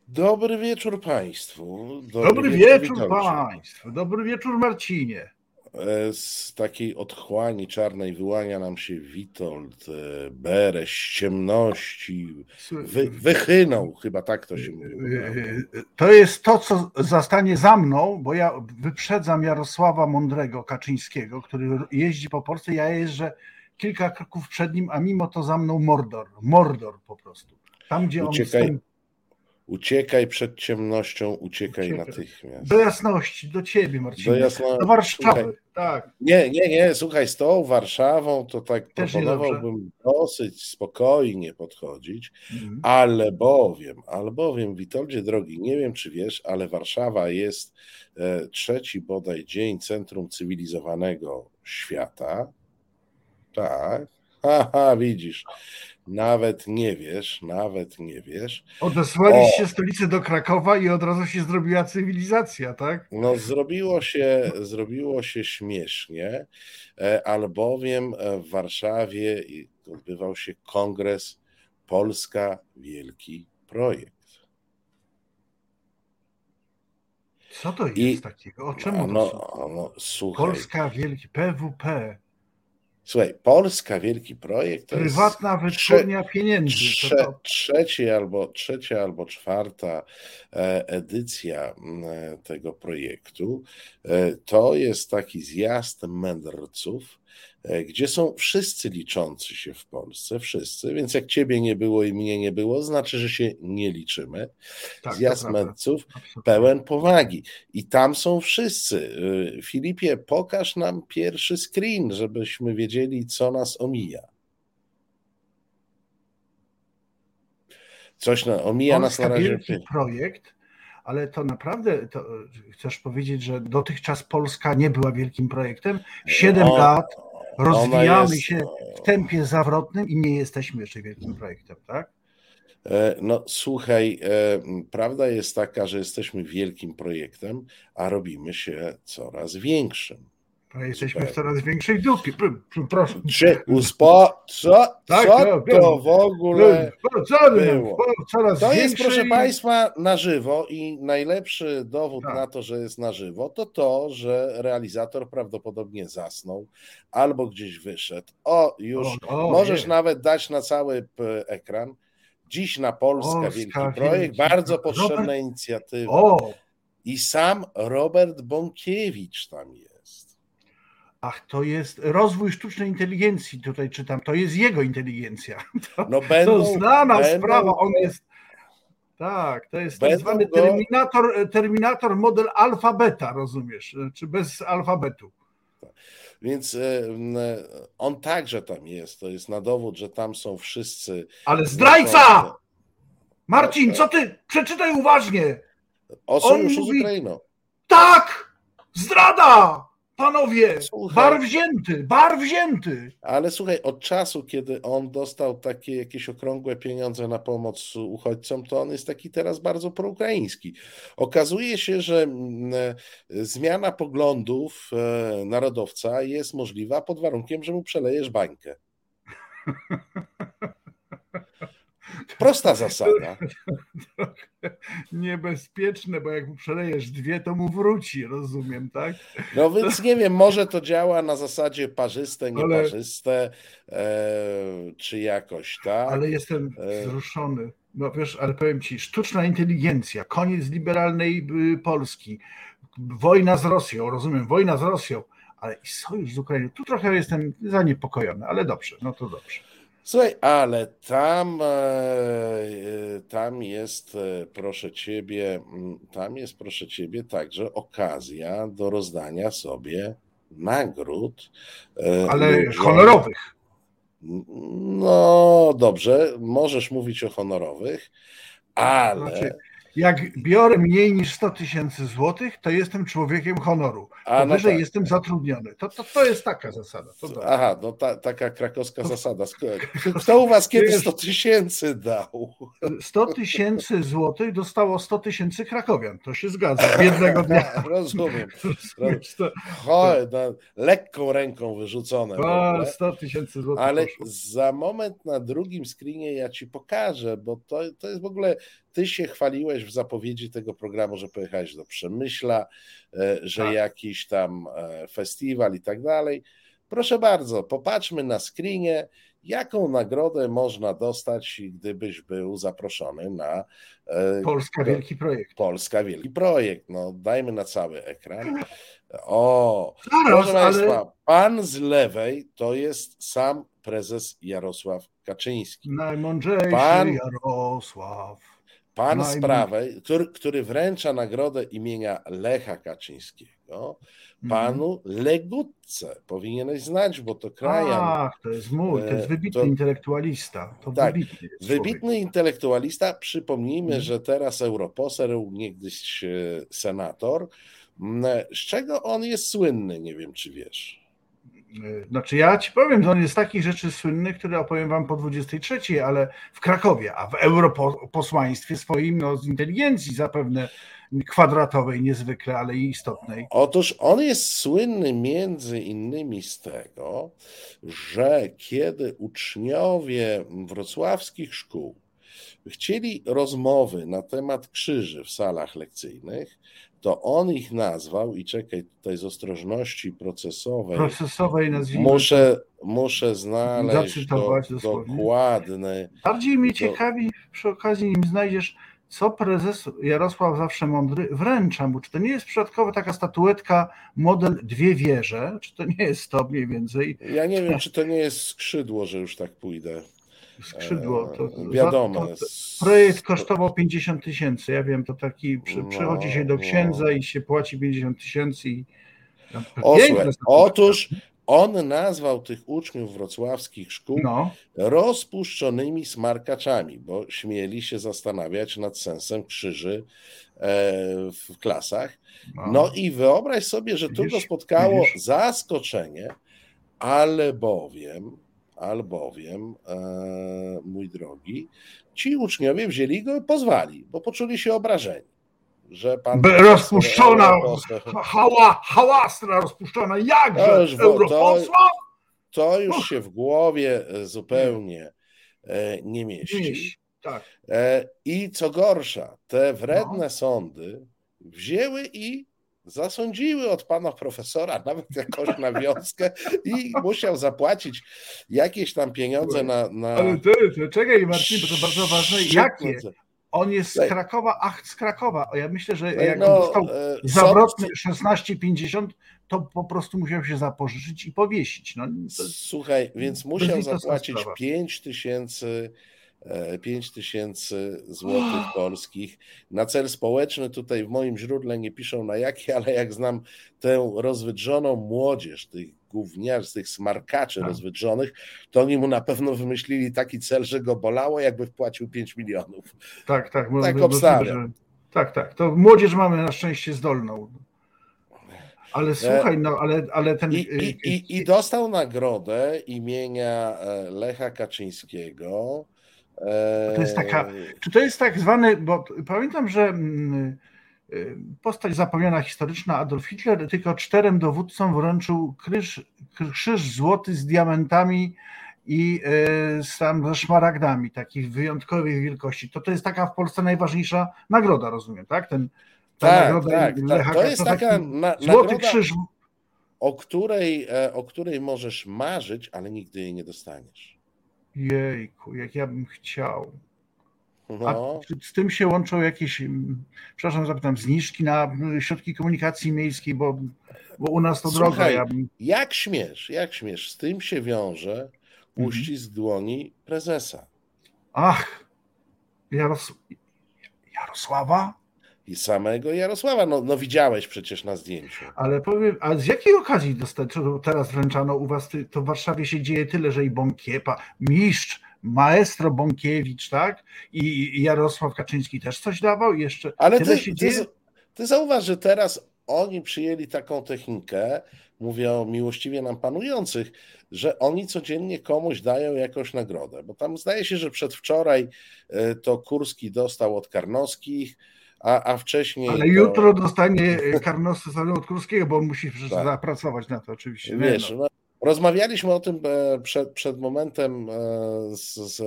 Dobry wieczór Państwu. Dobry wieczór Witoldzie. Państwu. Dobry wieczór Marcinie. Z takiej otchłani czarnej wyłania nam się Witold, Bereś, ciemności, wychynął, chyba tak to się mówi. To jest to, co zastanie za mną, bo ja wyprzedzam Jarosława Mądrego Kaczyńskiego, który jeździ po Polsce, ja jeżdżę kilka kroków przed nim, a mimo to za mną Mordor po prostu. Tam, gdzie Uciekaj przed ciemnością, uciekaj natychmiast. Do jasności, do ciebie, Marcinie. Do Warszawy, słuchaj, tak. Nie, słuchaj, z tą Warszawą to tak proponowałbym dosyć spokojnie podchodzić, albowiem, Witoldzie drogi, nie wiem czy wiesz, ale Warszawa jest trzeci bodaj dzień centrum cywilizowanego świata. Tak. Haha, widzisz. Nawet nie wiesz. Odesłaliście stolicę do Krakowa i od razu się zrobiła cywilizacja, tak? No zrobiło się śmiesznie, albowiem w Warszawie odbywał się kongres Polska Wielki Projekt. Co to jest takiego? O czym słuchaj. Polska Wielki PWP. Słuchaj, Polska Wielki Projekt to prywatna wytwórnia pieniędzy. Trzecia albo czwarta edycja tego projektu. To jest taki zjazd mędrców, gdzie są wszyscy liczący się w Polsce, wszyscy, więc jak ciebie nie było i mnie nie było, znaczy, że się nie liczymy. Tak, zjazd mędrców pełen powagi i tam są wszyscy. Filipie, pokaż nam pierwszy screen, żebyśmy wiedzieli, co nas omija. Coś omija nas na razie. Wielki projekt, ale to naprawdę chcesz powiedzieć, że dotychczas Polska nie była wielkim projektem? 7 lat rozwijamy się w tempie zawrotnym i nie jesteśmy jeszcze wielkim projektem, tak? No słuchaj, prawda jest taka, że jesteśmy wielkim projektem, a robimy się coraz większym. A jesteśmy w coraz większej dupie. Proszę. Co to w ogóle było? To jest, proszę Państwa, na żywo i najlepszy dowód na to, że jest na żywo, to, że realizator prawdopodobnie zasnął albo gdzieś wyszedł. Możesz nawet dać na cały ekran. Dziś na Polska Wielki Projekt, bardzo potrzebna inicjatywa. I sam Robert Bąkiewicz tam jest. Ach, to jest rozwój sztucznej inteligencji, tutaj czytam, to jest jego inteligencja. To znana sprawa, on jest, tak, to jest tak zwany Terminator model alfabeta, rozumiesz, czy bez alfabetu. Więc on także tam jest, to jest na dowód, że tam są wszyscy. Ale zdrajca! Marcin, co ty? Przeczytaj uważnie. On z Ukrainą. Tak! Zdrada! Panowie, bar wzięty. Ale słuchaj, od czasu, kiedy on dostał takie jakieś okrągłe pieniądze na pomoc uchodźcom, to on jest taki teraz bardzo proukraiński. Okazuje się, że zmiana poglądów narodowca jest możliwa pod warunkiem, że mu przelejesz bańkę. Prosta zasada. Niebezpieczne, bo jak mu przelejesz 2, to mu wróci, rozumiem, tak? No więc nie wiem, może to działa na zasadzie parzyste, nieparzyste, czy jakoś, tak? Ale jestem wzruszony. No wiesz, ale powiem ci, sztuczna inteligencja, koniec liberalnej Polski, wojna z Rosją, rozumiem, wojna z Rosją, ale i sojusz z Ukrainą. Tu trochę jestem zaniepokojony, ale dobrze, no to dobrze. Słuchaj, ale tam jest, proszę ciebie, także okazja do rozdania sobie nagród. Ale honorowych. No dobrze, możesz mówić o honorowych, ale... Znaczy, jak biorę mniej niż 100 000 złotych, to jestem człowiekiem honoru. Powyżej jestem zatrudniony. To jest taka zasada. Aha, no taka krakowska zasada. Kto u was kiedy 100 000 dał? 100 000 złotych dostało 100 000 krakowian. To się zgadza. Jednego dnia. Rozumiem. Lekką ręką wyrzucone. 100 000 złotych. Ale za moment na drugim screenie ja ci pokażę, bo to jest w ogóle... Ty się chwaliłeś, wspomniałeś w zapowiedzi tego programu, że pojechałeś do Przemyśla, że tak. Jakiś tam festiwal i tak dalej. Proszę bardzo, popatrzmy na screenie, jaką nagrodę można dostać, gdybyś był zaproszony na Polska Wielki Projekt. Polska Wielki Projekt. No, dajmy na cały ekran. O, proszę Państwa, pan z lewej to jest sam prezes Jarosław Kaczyński. Najmądrzejszy Jarosław. Pan z prawej, który wręcza nagrodę imienia Lecha Kaczyńskiego, panu Legutce. Powinieneś znać, bo to krajan. Ach, to jest wybitny intelektualista. To tak, wybitny intelektualista. Przypomnijmy, że teraz europoseł, niegdyś senator. Z czego on jest słynny? Nie wiem, czy wiesz. Znaczy ja ci powiem, że on jest z takich rzeczy słynny, które opowiem wam po 23, ale w Krakowie, a w europosłaństwie swoim, z inteligencji zapewne kwadratowej niezwykle, ale i istotnej. Otóż on jest słynny między innymi z tego, że kiedy uczniowie wrocławskich szkół chcieli rozmowy na temat krzyży w salach lekcyjnych, to on ich nazwał, i czekaj, tutaj z ostrożności procesowej muszę znaleźć dokładny. Bardziej mnie ciekawi, przy okazji, nim znajdziesz, co prezes Jarosław zawsze mądry wręcza mu. Czy to nie jest przypadkowo taka statuetka, model Dwie wieże? Czy to nie jest to mniej więcej? Ja nie wiem, czy to nie jest skrzydło, że już tak pójdę. Skrzydło. To wiadomo. Projekt kosztował 50 000. Ja wiem, to taki przychodzi się do księdza i się płaci 50 000 i otóż on nazwał tych uczniów wrocławskich szkół rozpuszczonymi smarkaczami, bo śmieli się zastanawiać nad sensem krzyży w klasach. No i wyobraź sobie, że tu go spotkało zaskoczenie, albowiem, mój drogi, ci uczniowie wzięli go i pozwali, bo poczuli się obrażeni, że pan... Rozpuszczona, hałastra rozpuszczona, jakże europosła? To już się w głowie zupełnie nie mieści. Tak. I co gorsza, te wredne sądy wzięły i zasądziły od pana profesora nawet jakąś nawiązkę i musiał zapłacić jakieś tam pieniądze na... Ale czekaj, Marcin, bo to bardzo ważne. Jakie? On jest z Krakowa, z Krakowa. Ja myślę, że jak dostał zawrotny 16,50, to po prostu musiał się zapożyczyć i powiesić. Słuchaj, więc musiał zapłacić 5 tysięcy złotych polskich na cel społeczny. Tutaj w moim źródle nie piszą na jaki, ale jak znam tę rozwydrzoną młodzież, tych gówniarzy, tych smarkaczy rozwydrzonych, to oni mu na pewno wymyślili taki cel, że go bolało, jakby wpłacił 5 milionów. Tak. Tak obstawiam. Tak. To młodzież mamy na szczęście zdolną. Ale słuchaj, ale ten... I dostał nagrodę imienia Lecha Kaczyńskiego. Czy to jest tak zwany, bo pamiętam, że postać zapomniana historyczna Adolf Hitler tylko 4 dowódcom wręczył krzyż złoty z diamentami i sam ze szmaragdami, takich wyjątkowej wielkości. To jest taka w Polsce najważniejsza nagroda, rozumiem, tak? Tak. To jest taka złoty krzyż, o której możesz marzyć, ale nigdy jej nie dostaniesz. Jejku, jak ja bym chciał. A z tym się łączą jakieś, przepraszam, zapytam, zniżki na środki komunikacji miejskiej, bo u nas to droga. Jak śmiesz, z tym się wiąże uścisk dłoni prezesa. Ach, Jarosława? I samego Jarosława, no widziałeś przecież na zdjęciu. Ale powiem, a z jakiej okazji teraz wręczano u was, to w Warszawie się dzieje tyle, że i Bąkiepa, mistrz, maestro Bąkiewicz, tak? I Jarosław Kaczyński też coś dawał i jeszcze ale tyle się dzieje. Ty zauważ, że teraz oni przyjęli taką technikę, mówię o miłościwie nam panujących, że oni codziennie komuś dają jakąś nagrodę, bo tam zdaje się, że przedwczoraj to Kurski dostał od Karnowskich, a wcześniej... Ale jutro dostanie Karnowski od Kurskiego, bo on musi zapracować na to oczywiście. Wiesz, Rozmawialiśmy o tym przed momentem z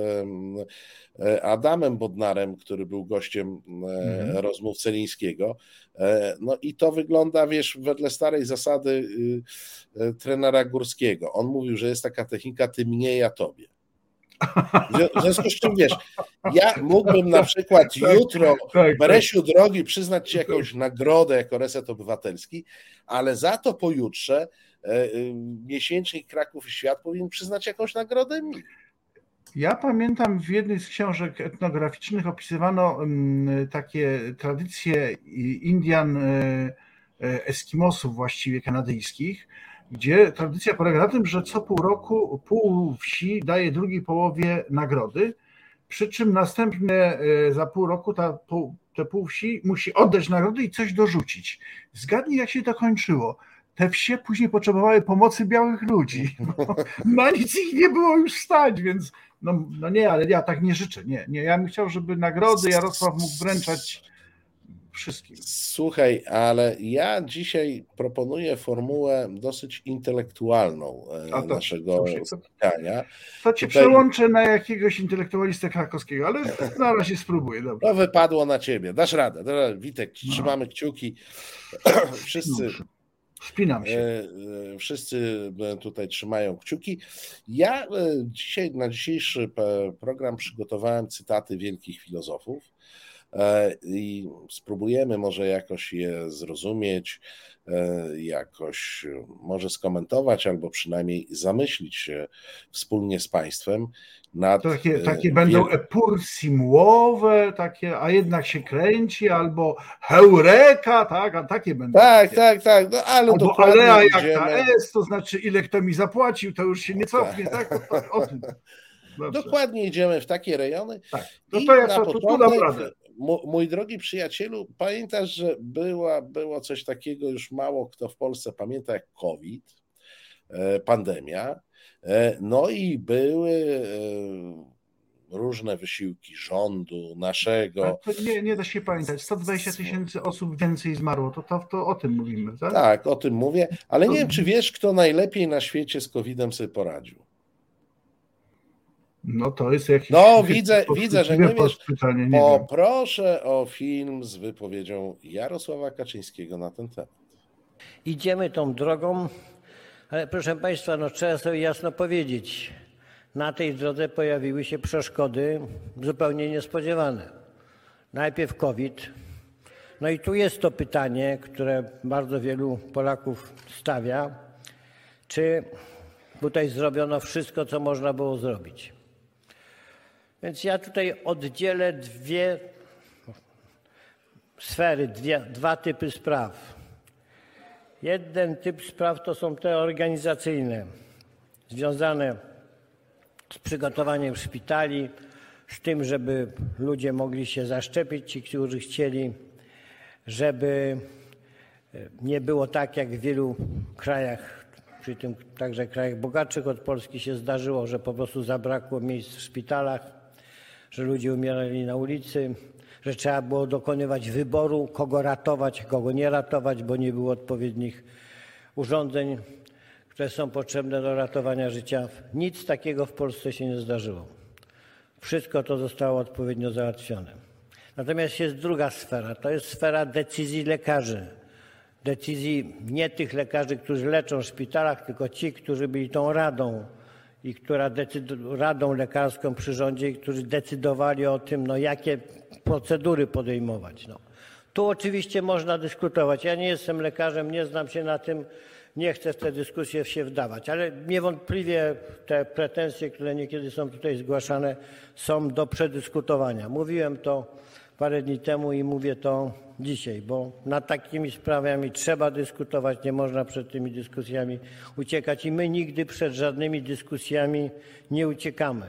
Adamem Bodnarem, który był gościem rozmów Celińskiego. No i to wygląda, wiesz, wedle starej zasady trenera Górskiego. On mówił, że jest taka technika ty mnie, ja tobie. W związku z czym, wiesz, ja mógłbym na przykład jutro, Beresiu drogi, przyznać ci jakąś nagrodę jako Reset Obywatelski, ale za to pojutrze miesięcznik Kraków i Świat powinien przyznać jakąś nagrodę mi. Ja pamiętam, w jednej z książek etnograficznych opisywano takie tradycje Indian, Eskimosów właściwie kanadyjskich, gdzie tradycja polega na tym, że co pół roku pół wsi daje drugiej połowie nagrody, przy czym następnie za pół roku te pół wsi musi oddać nagrody i coś dorzucić. Zgadnij, jak się to kończyło. Te wsie później potrzebowały pomocy białych ludzi. Na nic ich nie było już stać, więc no nie, ale ja tak nie życzę. Nie. Ja bym chciał, żeby nagrody Jarosław mógł wręczać wszystkim. Słuchaj, ale ja dzisiaj proponuję formułę dosyć intelektualną naszego spotkania. To cię przełączę na jakiegoś intelektualistę krakowskiego, ale na razie spróbuję. Dobra. To wypadło na ciebie. Dasz radę. Witek, trzymamy kciuki. Wszyscy... Wspinam się. Wszyscy tutaj trzymają kciuki. Ja dzisiaj na dzisiejszy program przygotowałem cytaty wielkich filozofów i spróbujemy może jakoś je zrozumieć, jakoś może skomentować albo przynajmniej zamyślić się wspólnie z Państwem nad... Takie będą epursimłowe, takie, a jednak się kręci, albo heureka, tak, a takie będą. Tak. No, ale albo alea jak ta S, to znaczy ile kto mi zapłacił, to już się nie cofnie, tak? O tym. Dobrze. Dokładnie idziemy w takie rejony. Tak. To naprawdę. Mój drogi przyjacielu, pamiętasz, że było coś takiego, już mało kto w Polsce pamięta, jak COVID, pandemia, no i były różne wysiłki rządu naszego. To nie da się pamiętać, 120 000 osób więcej zmarło, to o tym mówimy, tak? Tak, o tym mówię, ale nie wiem, czy wiesz, kto najlepiej na świecie z COVID-em sobie poradził. No to jest jakiś... No widzę, że nie wiesz. Poproszę o film z wypowiedzią Jarosława Kaczyńskiego na ten temat. Idziemy tą drogą, ale proszę Państwa, trzeba sobie jasno powiedzieć, na tej drodze pojawiły się przeszkody zupełnie niespodziewane. Najpierw COVID. No i tu jest to pytanie, które bardzo wielu Polaków stawia, czy tutaj zrobiono wszystko, co można było zrobić. Więc ja tutaj oddzielę dwie sfery, dwa typy spraw. Jeden typ spraw to są te organizacyjne, związane z przygotowaniem szpitali, z tym, żeby ludzie mogli się zaszczepić, ci, którzy chcieli, żeby nie było tak, jak w wielu krajach, przy tym także krajach bogatszych od Polski się zdarzyło, że po prostu zabrakło miejsc w szpitalach, że ludzie umierali na ulicy, że trzeba było dokonywać wyboru, kogo ratować, kogo nie ratować, bo nie było odpowiednich urządzeń, które są potrzebne do ratowania życia. Nic takiego w Polsce się nie zdarzyło. Wszystko to zostało odpowiednio załatwione. Natomiast jest druga sfera, to jest sfera decyzji lekarzy. Decyzji nie tych lekarzy, którzy leczą w szpitalach, tylko ci, którzy byli tą radą i radą lekarską przy rządzie, i którzy decydowali o tym, jakie procedury podejmować. Tu oczywiście można dyskutować. Ja nie jestem lekarzem, nie znam się na tym, nie chcę w tę dyskusję się wdawać, ale niewątpliwie te pretensje, które niekiedy są tutaj zgłaszane, są do przedyskutowania. Mówiłem to parę dni temu i mówię to dzisiaj, bo nad takimi sprawami trzeba dyskutować, nie można przed tymi dyskusjami uciekać i my nigdy przed żadnymi dyskusjami nie uciekamy.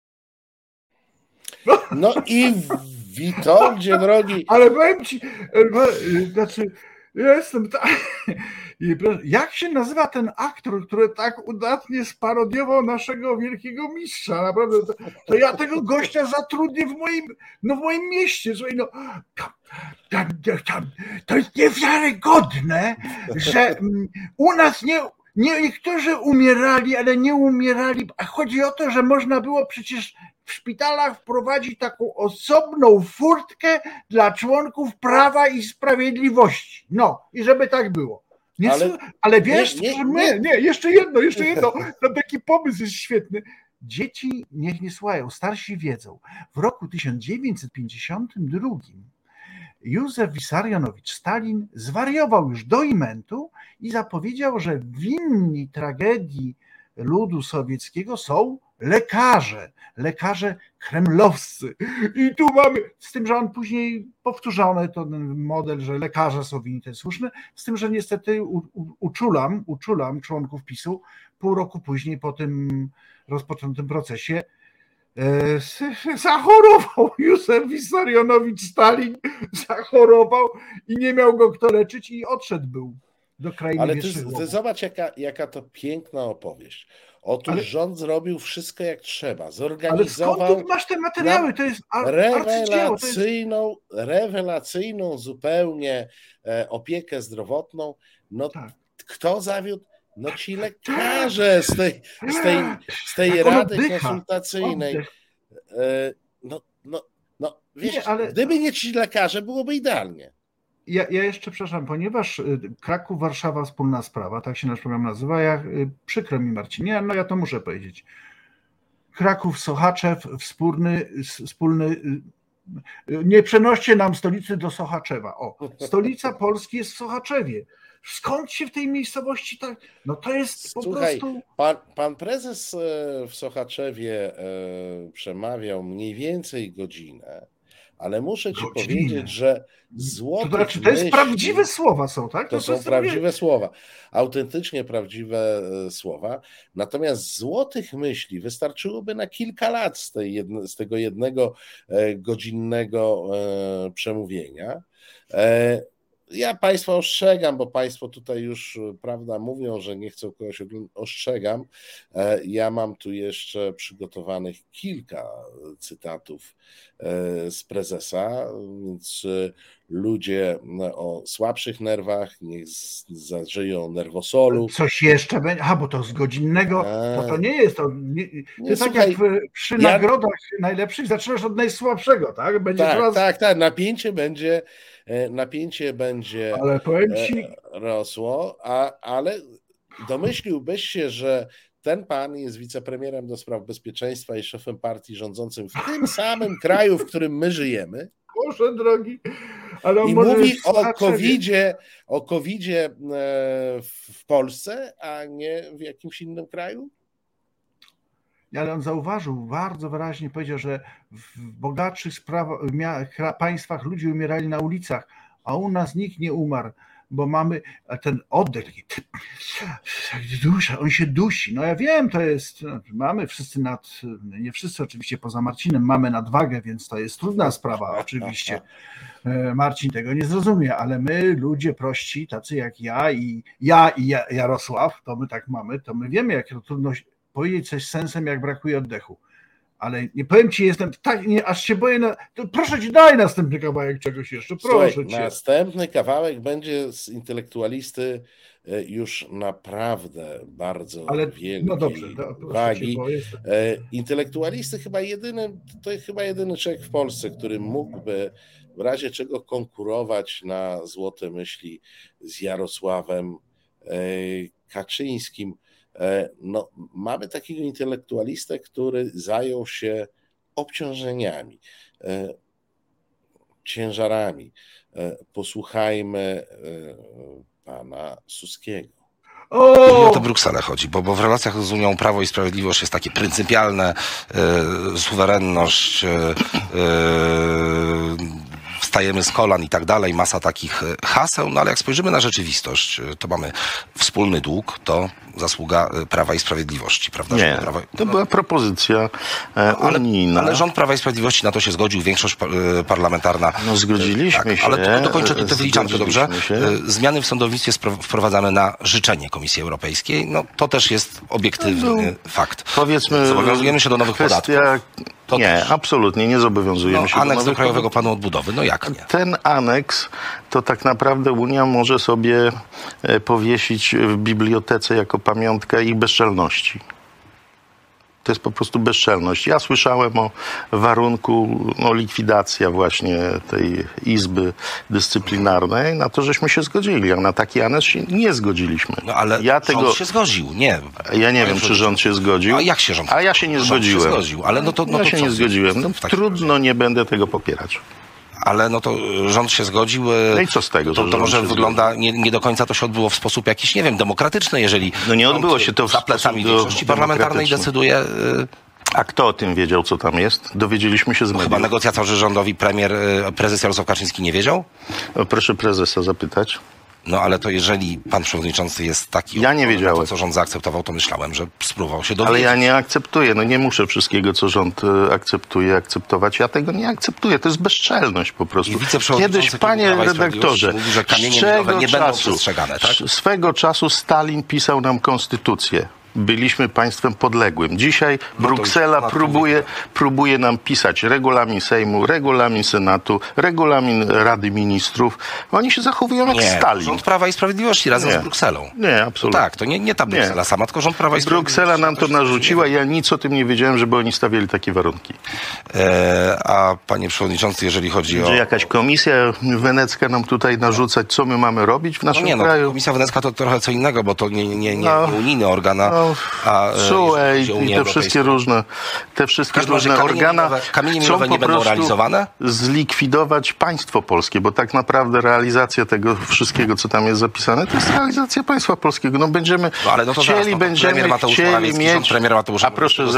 No i Witoldzie, drogi... Ale powiem ci, ja jestem... Jak się nazywa ten aktor, który tak udatnie sparodiował naszego wielkiego mistrza? Naprawdę, to ja tego gościa zatrudnię w moim mieście. To jest niewiarygodne, że u nas Niektórzy umierali, ale nie umierali. A chodzi o to, że można było przecież w szpitalach wprowadzić taką osobną furtkę dla członków Prawa i Sprawiedliwości. No i żeby tak było. Ale wiesz, jeszcze jedno. Tam taki pomysł jest świetny. Dzieci niech nie słuchają, starsi wiedzą. W roku 1952 Józef Wissarionowicz Stalin zwariował już do imentu i zapowiedział, że winni tragedii ludu sowieckiego są lekarze kremlowscy. I tu mamy, z tym, że on później powtórzony ten model, że lekarze są winni, to jest słuszne, z tym, że niestety uczulam członków PiS-u pół roku później po tym rozpoczętym procesie zachorował Józef Wissarionowicz Stalin, zachorował i nie miał go kto leczyć i odszedł był do krainy. Ale ty zobacz, jaka to piękna opowieść. Otóż rząd zrobił wszystko jak trzeba, zorganizował. Ale skąd ty masz te materiały? To jest rewelacyjną zupełnie opiekę zdrowotną. No tak. Kto zawiódł? No ci lekarze z tej rady konsultacyjnej. Wiesz, gdyby nie ci lekarze, byłoby idealnie. Ja jeszcze przepraszam, ponieważ Kraków-Warszawa wspólna sprawa, tak się nasz program nazywa, przykro mi, Marcinie, ja to muszę powiedzieć. Kraków-Sochaczew wspólny, nie przenoście nam stolicy do Sochaczewa. Stolica Polski jest w Sochaczewie. Skąd się w tej miejscowości tak? No to jest po prostu... Pan prezes w Sochaczewie przemawiał mniej więcej godzinę, ale muszę ci powiedzieć, że to jest prawdziwe słowa są, tak? To są prawdziwe słowa, autentycznie prawdziwe słowa. Natomiast złotych myśli wystarczyłoby na kilka lat z tego jednego godzinnego przemówienia. Ja Państwa ostrzegam, bo Państwo tutaj już, prawda, mówią, że nie chcą kogoś ostrzegam. Ja mam tu jeszcze przygotowanych kilka cytatów z prezesa, więc ludzie o słabszych nerwach niech zażyją nerwosolu. Coś jeszcze będzie? Bo to z godzinnego, to nie jest. To tak słuchaj, jak przy nagrodach najlepszych zaczynasz od najsłabszego, tak? Tak. Napięcie będzie ale powiem ci... rosło, ale domyśliłbyś się, że ten pan jest wicepremierem do spraw bezpieczeństwa i szefem partii rządzącym w tym samym kraju, w którym my żyjemy. Boże drogi. Ale i mówi o COVID-zie w Polsce, a nie w jakimś innym kraju? Ale on zauważył, bardzo wyraźnie powiedział, że w bogatszych państwach ludzie umierali na ulicach, a u nas nikt nie umarł, bo mamy ten oddech, on się dusi. No ja wiem, to jest, mamy wszyscy nie wszyscy oczywiście poza Marcinem, mamy nadwagę, więc to jest trudna sprawa oczywiście. Marcin tego nie zrozumie, ale my, ludzie prości, tacy jak ja i Jarosław, to my tak mamy, to my wiemy, jak to trudno powiedzieć coś z sensem, jak brakuje oddechu. Ale nie powiem ci, jestem tak, aż się boję. Proszę ci, daj następny kawałek czegoś jeszcze, proszę cię. Następny kawałek będzie z intelektualisty już naprawdę bardzo wielkiej wagi. Intelektualisty to jest chyba jedyny człowiek w Polsce, który mógłby w razie czego konkurować na złote myśli z Jarosławem Kaczyńskim. Mamy takiego intelektualistę, który zajął się obciążeniami, ciężarami. Posłuchajmy pana Suskiego. O to Brukselę chodzi, bo w relacjach z Unią Prawo i Sprawiedliwość jest takie pryncypialne, suwerenność, wstajemy z kolan i tak dalej, masa takich haseł, ale jak spojrzymy na rzeczywistość, to mamy wspólny dług, to zasługa Prawa i Sprawiedliwości, prawda? Nie, to była propozycja unijna. Ale rząd Prawa i Sprawiedliwości na to się zgodził, większość parlamentarna. Zgodziliśmy się. Ale dokończę tę wyliczankę, dobrze? Zmiany w sądownictwie wprowadzamy na życzenie Komisji Europejskiej. To też jest obiektywny fakt. Powiedzmy, zobowiązujemy się do nowych podatków. Nie, absolutnie nie zobowiązujemy się. Aneks do Krajowego Planu Odbudowy, no jak nie? Ten aneks to tak naprawdę Unia może sobie powiesić w bibliotece jako pamiątkę ich bezczelności. To jest po prostu bezczelność. Ja słyszałem o warunku likwidacja właśnie tej Izby Dyscyplinarnej, na to żeśmy się zgodzili, a na taki aneks się nie zgodziliśmy. No ale rząd się zgodził, nie. Ja nie wiem, czy rząd się zgodził. A jak się rząd? A ja się nie zgodziłem. Się zgodził, ale ja się nie zgodziłem. No, trudno, nie będę tego popierać. Ale no to rząd się zgodził. No i co z tego? To może wygląda, nie do końca to się odbyło w sposób jakiś, nie wiem, demokratyczny, jeżeli no nie odbyło się to za plecami większości parlamentarnej decyduje. A kto o tym wiedział, co tam jest? Dowiedzieliśmy się z mediów. Chyba negocjatorzy rządowi, prezes Jarosław Kaczyński nie wiedział? Proszę prezesa zapytać. No ale to jeżeli pan przewodniczący jest taki... Ja nie wiedziałem. To, co rząd zaakceptował, to myślałem, że spróbował się dowiedzieć. Ale ja nie akceptuję. No nie muszę wszystkiego, co rząd akceptuje, akceptować. Ja tego nie akceptuję. To jest bezczelność po prostu. Kiedyś, panie redaktorze, mówi, że kamienie milowe nie będą przestrzegane, tak? Swego czasu Stalin pisał nam konstytucję. Byliśmy państwem podległym. Dzisiaj Bruksela próbuje nam pisać regulamin Sejmu, regulamin Senatu, regulamin Rady Ministrów. Oni się zachowują jak Stalin. Rząd Prawa i Sprawiedliwości razem z Brukselą. Nie, absolutnie. Tak, to nie ta Bruksela sama, tylko rząd Prawa i Sprawiedliwości. Bruksela nam to narzuciła. Ja nic o tym nie wiedziałem, żeby oni stawiali takie warunki. A panie przewodniczący, jeżeli chodzi o... Że jakaś komisja wenecka nam tutaj narzucać, co my mamy robić w naszym kraju? Komisja wenecka to trochę co innego, bo to nie unijny organ. SUE i te wszystkie różne organa kamienie chcą milowe nie po będą prostu realizowane? Zlikwidować państwo polskie, bo tak naprawdę realizacja tego wszystkiego, co tam jest zapisane, to jest realizacja państwa polskiego. No będziemy chcieli mieć... A proszę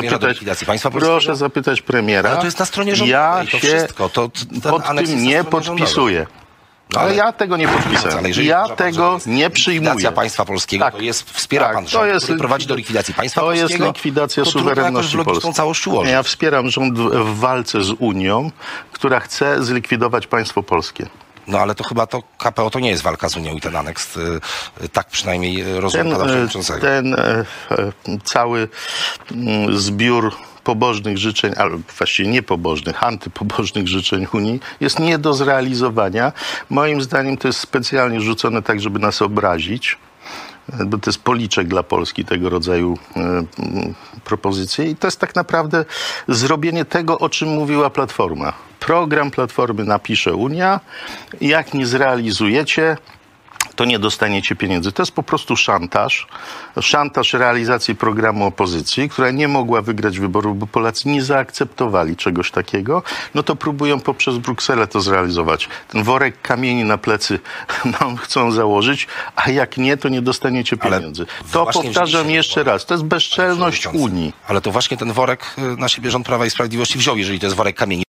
zapytać premiera. Ale to jest na stronie rządu. Ja to się wszystko. pod tym nie podpisuję. Ale ja tego nie podpisałem. Ja tego nie przyjmuję. Likwidacja państwa polskiego to jest, wspiera pan rząd, który prowadzi do likwidacji państwa polskiego. To jest likwidacja suwerenności Polski. Ja wspieram rząd w walce z Unią, która chce zlikwidować państwo polskie. No ale to chyba to KPO to nie jest walka z Unią i ten aneks, tak przynajmniej rozumiem pana przewodniczącego. Ten cały zbiór pobożnych życzeń, albo właściwie niepobożnych, antypobożnych życzeń Unii jest nie do zrealizowania. Moim zdaniem to jest specjalnie rzucone tak, żeby nas obrazić, bo to jest policzek dla Polski tego rodzaju propozycje i to jest tak naprawdę zrobienie tego, o czym mówiła Platforma. Program Platformy napisze Unia, jak nie zrealizujecie, to nie dostaniecie pieniędzy. To jest po prostu szantaż. Szantaż realizacji programu opozycji, która nie mogła wygrać wyborów, bo Polacy nie zaakceptowali czegoś takiego. No to próbują poprzez Brukselę to zrealizować. Ten worek kamieni na plecy nam chcą założyć, a jak nie, to nie dostaniecie pieniędzy. To powtarzam jeszcze raz. To jest bezczelność Unii. Ale to właśnie ten worek na siebie rząd Prawa i Sprawiedliwości wziął, jeżeli to jest worek kamieni.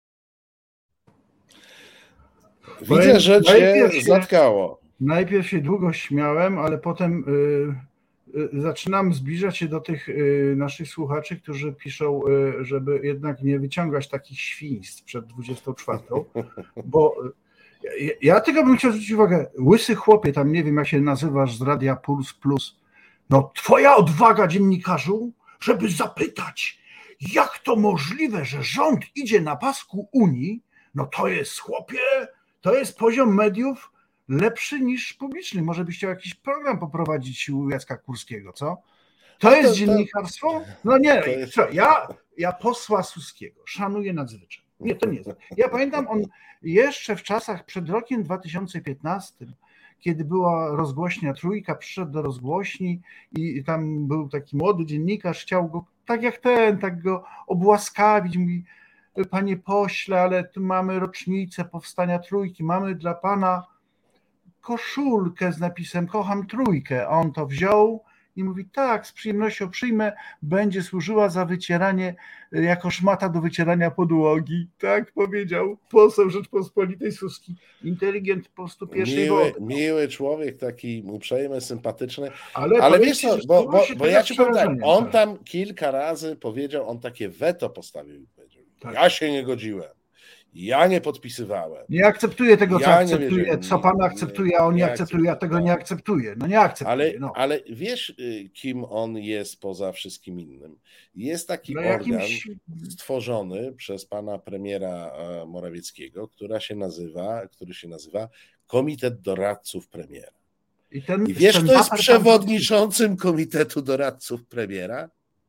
Widzę, że cię zatkało. Najpierw się długo śmiałem, ale potem zaczynam zbliżać się do tych naszych słuchaczy, którzy piszą, żeby jednak nie wyciągać takich świństw przed 24, bo ja tylko bym chciał zwrócić uwagę, łysy chłopie, tam nie wiem jak się nazywasz z Radia Puls Plus, no twoja odwaga, dziennikarzu, żeby zapytać, jak to możliwe, że rząd idzie na pasku Unii, no to jest chłopie, to jest poziom mediów lepszy niż publiczny. Może byś chciał jakiś program poprowadzić u Jacka Kurskiego, co? To jest dziennikarstwo? No nie, ja posła Suskiego szanuję nadzwyczaj. Nie, to nie jest. Ja pamiętam, on jeszcze w czasach przed rokiem 2015, kiedy była rozgłośnia Trójka, przyszedł do rozgłośni i tam był taki młody dziennikarz, chciał go, tak jak tak go obłaskawić, mówi, panie pośle, ale tu mamy rocznicę powstania Trójki, mamy dla pana koszulkę z napisem kocham Trójkę, a on to wziął i mówi tak, z przyjemnością przyjmę, będzie służyła za wycieranie, jako szmata do wycierania podłogi, tak powiedział poseł Rzeczpospolitej Suski, inteligent po prostu pierwszej wody. Miły człowiek, taki uprzejmy, sympatyczny, ale wiesz co, bo ja ci powiem, on tam kilka razy powiedział, on takie weto postawił i powiedział, ja się nie godziłem. Ja nie podpisywałem. Nie akceptuję tego, co akceptuję, co pan akceptuje, a on nie akceptuje, ja tego nie akceptuję. No nie akceptuję. Ale wiesz, kim on jest poza wszystkim innym? Jest taki organ stworzony przez pana premiera Morawieckiego, który się nazywa Komitet Doradców Premiera. I wiesz, kto jest przewodniczącym Komitetu Doradców Premiera?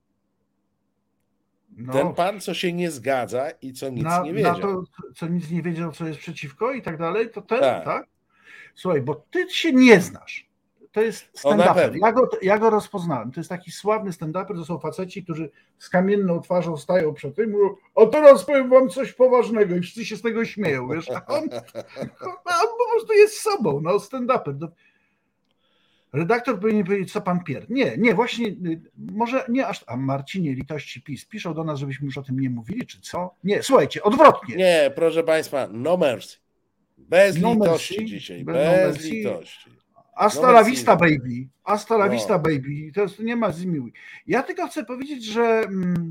Ten pan, co się nie zgadza i co nic nie wiedział. Na to, co nic nie wiedział, co jest przeciwko i tak dalej, to ten, tak? Słuchaj, bo ty się nie znasz. To jest stand-uper. Ja go rozpoznałem. To jest taki sławny stand-uper, to są faceci, którzy z kamienną twarzą stają przed tym i mówią, a teraz powiem wam coś poważnego i wszyscy się z tego śmieją, wiesz? A on po prostu jest sobą, stand-uper. Redaktor powinien powiedzieć, co pan pierd. Nie, właśnie, może nie aż... A Marcinie, litości PiS, piszą do nas, żebyśmy już o tym nie mówili, czy co? Nie, słuchajcie, odwrotnie. Nie, proszę państwa, no mercy. Bez litości dzisiaj, bez litości. Hasta la vista, baby. Hasta la vista, baby. To nie ma zmiłuj. Ja tylko chcę powiedzieć, że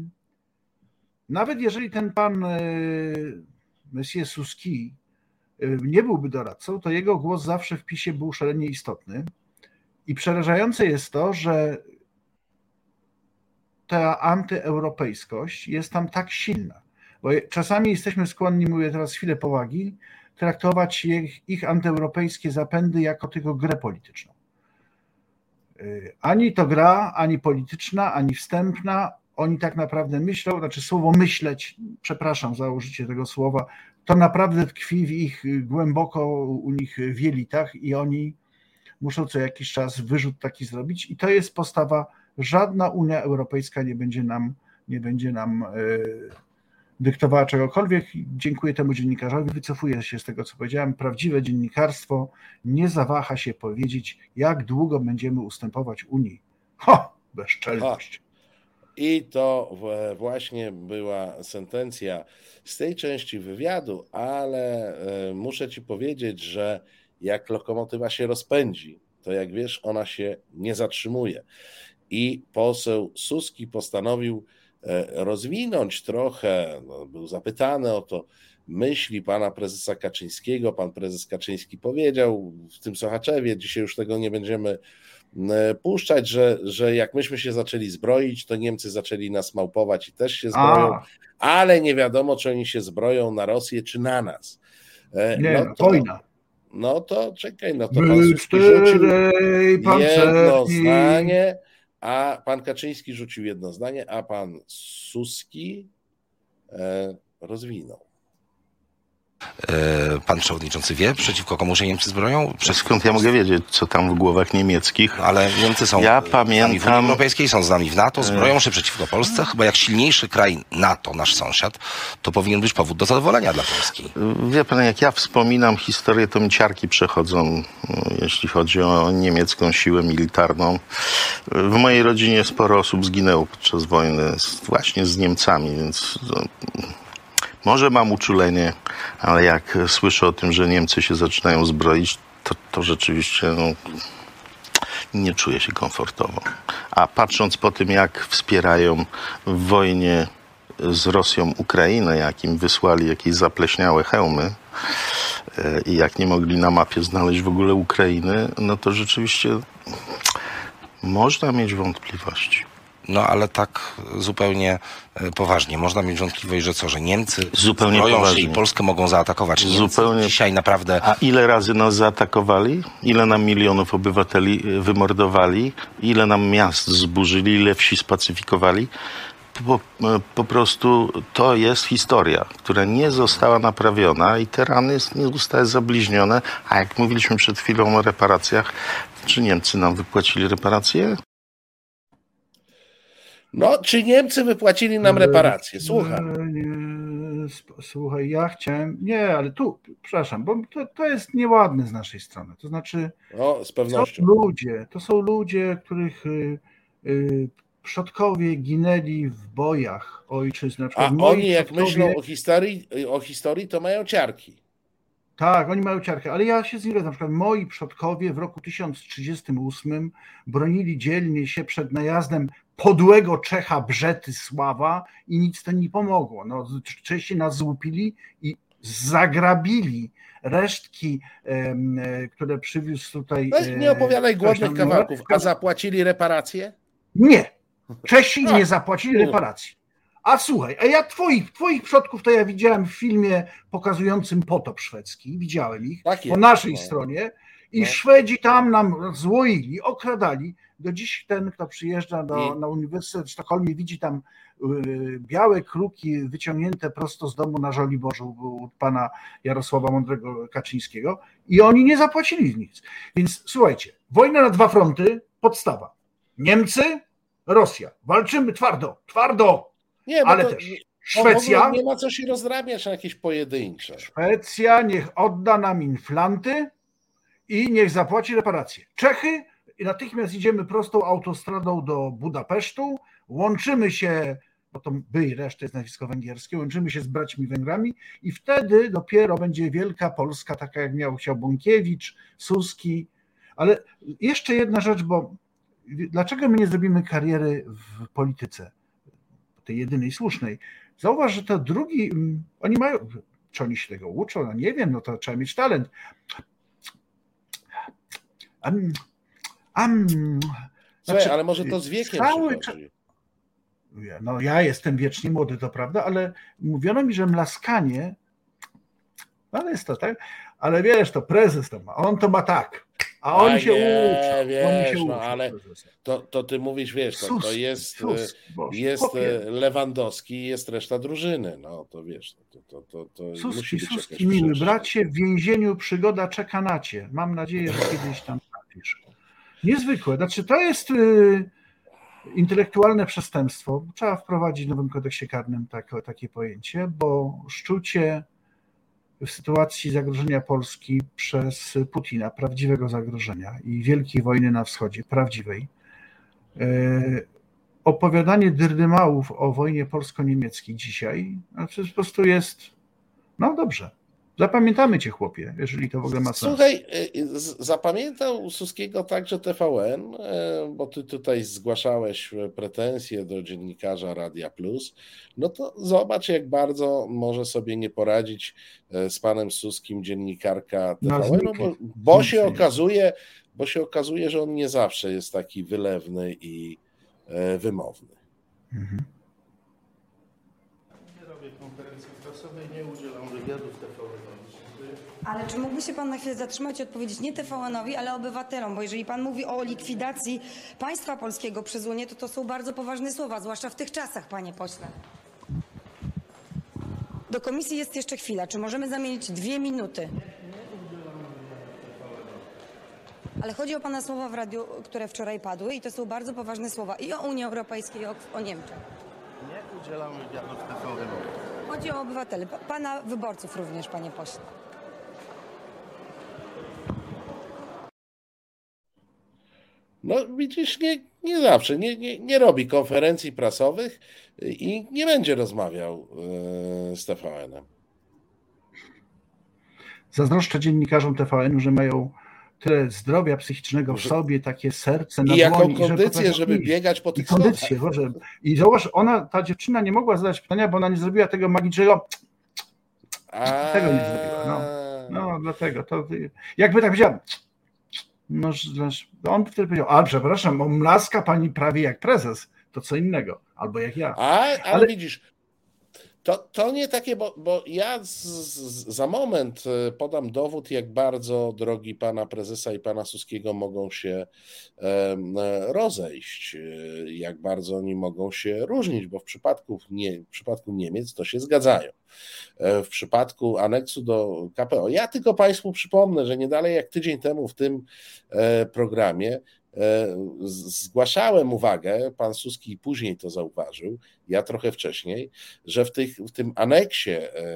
nawet jeżeli ten pan Monsieur Suski nie byłby doradcą, to jego głos zawsze w PiS-ie był szalenie istotny. I przerażające jest to, że ta antyeuropejskość jest tam tak silna. Bo czasami jesteśmy skłonni, mówię teraz chwilę powagi, traktować ich antyeuropejskie zapędy jako tylko grę polityczną. Ani to gra, ani polityczna, ani wstępna. Oni tak naprawdę myślą, znaczy słowo myśleć, przepraszam za użycie tego słowa, to naprawdę tkwi w ich głęboko u nich w jelitach i oni muszą co jakiś czas wyrzut taki zrobić i to jest postawa, żadna Unia Europejska nie będzie nam dyktowała czegokolwiek. Dziękuję temu dziennikarzowi, wycofuję się z tego, co powiedziałem. Prawdziwe dziennikarstwo nie zawaha się powiedzieć, jak długo będziemy ustępować Unii. Bezczelność. I to właśnie była sentencja z tej części wywiadu, ale muszę ci powiedzieć, że jak lokomotywa się rozpędzi, to jak wiesz, ona się nie zatrzymuje. I poseł Suski postanowił rozwinąć trochę, był zapytany o to, myśli pana prezesa Kaczyńskiego. Pan prezes Kaczyński powiedział w tym Sochaczewie, dzisiaj już tego nie będziemy puszczać, że jak myśmy się zaczęli zbroić, to Niemcy zaczęli nas małpować i też się zbroją, ale nie wiadomo, czy oni się zbroją na Rosję, czy na nas. Wojna. No to czekaj, to pan Suski rzucił jedno zdanie, a pan Kaczyński rzucił jedno zdanie, a pan Suski rozwinął. Pan przewodniczący wie, przeciwko komu się Niemcy zbroją? Skąd ja mogę wiedzieć, co tam w głowach niemieckich? Ale Niemcy są z nami w Unii Europejskiej, są z nami w NATO, zbroją się przeciwko Polsce. Chyba jak silniejszy kraj NATO, nasz sąsiad, to powinien być powód do zadowolenia dla Polski. Wie pan, jak ja wspominam historię, to mi ciarki przechodzą, jeśli chodzi o niemiecką siłę militarną. W mojej rodzinie sporo osób zginęło podczas wojny właśnie z Niemcami, więc... Może mam uczulenie, ale jak słyszę o tym, że Niemcy się zaczynają zbroić, to rzeczywiście nie czuję się komfortowo. A patrząc po tym, jak wspierają w wojnie z Rosją Ukrainę, jak im wysłali jakieś zapleśniałe hełmy i jak nie mogli na mapie znaleźć w ogóle Ukrainy, no to rzeczywiście można mieć wątpliwości. No ale tak zupełnie poważnie. Można mieć wątpliwość, że co, że Niemcy zupełnie zbroją poważnie się i Polskę mogą zaatakować. Niemcy zupełnie. Dzisiaj naprawdę... A ile razy nas zaatakowali? Ile nam milionów obywateli wymordowali? Ile nam miast zburzyli? Ile wsi spacyfikowali? Po prostu to jest historia, która nie została naprawiona i te rany nie zostały zabliźnione. A jak mówiliśmy przed chwilą o reparacjach, czy Niemcy nam wypłacili reparacje? No, czy Niemcy wypłacili nam reparacje? Słucham. Słuchaj, ja chciałem... Nie, ale tu, przepraszam, bo to jest nieładne z naszej strony. To znaczy, z pewnością. To są ludzie, których przodkowie ginęli w bojach ojczyzny. A oni, jak myślą o historii, to mają ciarki. Tak, oni mają ciarkę, ale ja się z nim zgadzam. Na przykład moi przodkowie w roku 1038 bronili dzielnie się przed najazdem podłego Czecha Brzety Sława i nic to nie pomogło. Czesi nas złupili i zagrabili resztki, które przywiózł tutaj... Nie opowiadaj głodnych kawałków, a zapłacili reparacje? Nie, Czesi nie zapłacili reparacji. A słuchaj, a ja twoich przodków to ja widziałem w filmie pokazującym potop szwedzki, widziałem ich po naszej stronie i Szwedzi tam nam złoili, okradali. Do dziś ten, kto przyjeżdża na Uniwersytet w Sztokholmie, widzi tam białe kruki wyciągnięte prosto z domu na Żoliborzu u pana Jarosława Mądrego Kaczyńskiego i oni nie zapłacili nic. Więc słuchajcie, wojna na 2 fronty, podstawa. Niemcy, Rosja. Walczymy twardo. Nie, ale też Szwecja. Nie ma co się rozdrabniać na jakieś pojedyncze. Szwecja niech odda nam inflanty i niech zapłaci reparacje. Czechy i natychmiast idziemy prostą autostradą do Budapesztu, łączymy się, bo to reszta jest nazwisko węgierskie, łączymy się z braćmi Węgrami i wtedy dopiero będzie wielka Polska, taka jak chciał Bąkiewicz, Suski. Ale jeszcze jedna rzecz, bo dlaczego my nie zrobimy kariery w polityce, tej jedynej słusznej? Zauważ, że to drugi, oni mają, czy oni się tego uczą, no nie wiem, no to trzeba mieć talent. Słuchaj, ale może to z wiekiem przychodzi. No ja jestem wiecznie młody, to prawda, ale mówiono mi, że mlaskanie, ale jest to tak, ale wiesz, to prezes to ma, on to ma tak, a oni się uczą. Wiesz, no ale to ty mówisz, wiesz, to jest Lewandowski, jest reszta drużyny, no to wiesz, to musi być Suski, miły bracie, w więzieniu przygoda czeka na cię. Mam nadzieję, że kiedyś tam trafisz. Niezwykłe, znaczy to jest intelektualne przestępstwo. Trzeba wprowadzić w nowym kodeksie karnym takie pojęcie, bo szczucie w sytuacji zagrożenia Polski przez Putina, prawdziwego zagrożenia i wielkiej wojny na wschodzie, prawdziwej, opowiadanie dyrdymałów o wojnie polsko-niemieckiej dzisiaj, znaczy po prostu jest, no dobrze, zapamiętamy cię, chłopie, jeżeli to w ogóle ma sens. Słuchaj, zapamiętał Suskiego także TVN, bo ty tutaj zgłaszałeś pretensje do dziennikarza Radia Plus, no to zobacz, jak bardzo może sobie nie poradzić z panem Suskim dziennikarka TVN, bo się okazuje, że on nie zawsze jest taki wylewny i wymowny. Nie robię konferencji prasowej, nie udzielam wywiadów TVN-owi. Ale czy mógłby się pan na chwilę zatrzymać i odpowiedzieć nie TVN-owi, ale obywatelom? Bo jeżeli pan mówi o likwidacji państwa polskiego przez Unię, to są bardzo poważne słowa, zwłaszcza w tych czasach, panie pośle. Do komisji jest jeszcze chwila. Czy możemy zamienić 2 minuty? Ale chodzi o pana słowa w radiu, które wczoraj padły i to są bardzo poważne słowa i o Unii Europejskiej, i o Niemczech. Nie udzielam wywiadów TVN-owych. Chodzi o obywateli, pana wyborców również, panie pośle. No widzisz, nie zawsze, nie robi konferencji prasowych i nie będzie rozmawiał z TVN-em. Zazdroszczę dziennikarzom TVN-u, że mają tyle zdrowia psychicznego w sobie, takie serce na I jaką dłoni, kondycję, żeby biegać po tych kondycję, i zauważ, ta dziewczyna nie mogła zadać pytania, bo ona nie zrobiła tego magicznego. Tego nie zrobiła. No dlatego. To jakby tak powiedział, no, on wtedy powiedział, a przepraszam, mlaska pani prawie jak prezes, to co innego, albo jak ja. Ale widzisz, to nie takie, bo ja za moment podam dowód, jak bardzo drogi pana prezesa i pana Suskiego mogą się rozejść, jak bardzo oni mogą się różnić, bo w przypadku Niemiec to się zgadzają. W przypadku aneksu do KPO, ja tylko państwu przypomnę, że nie dalej jak tydzień temu w tym programie zgłaszałem uwagę, pan Suski później to zauważył, ja trochę wcześniej, że w tym aneksie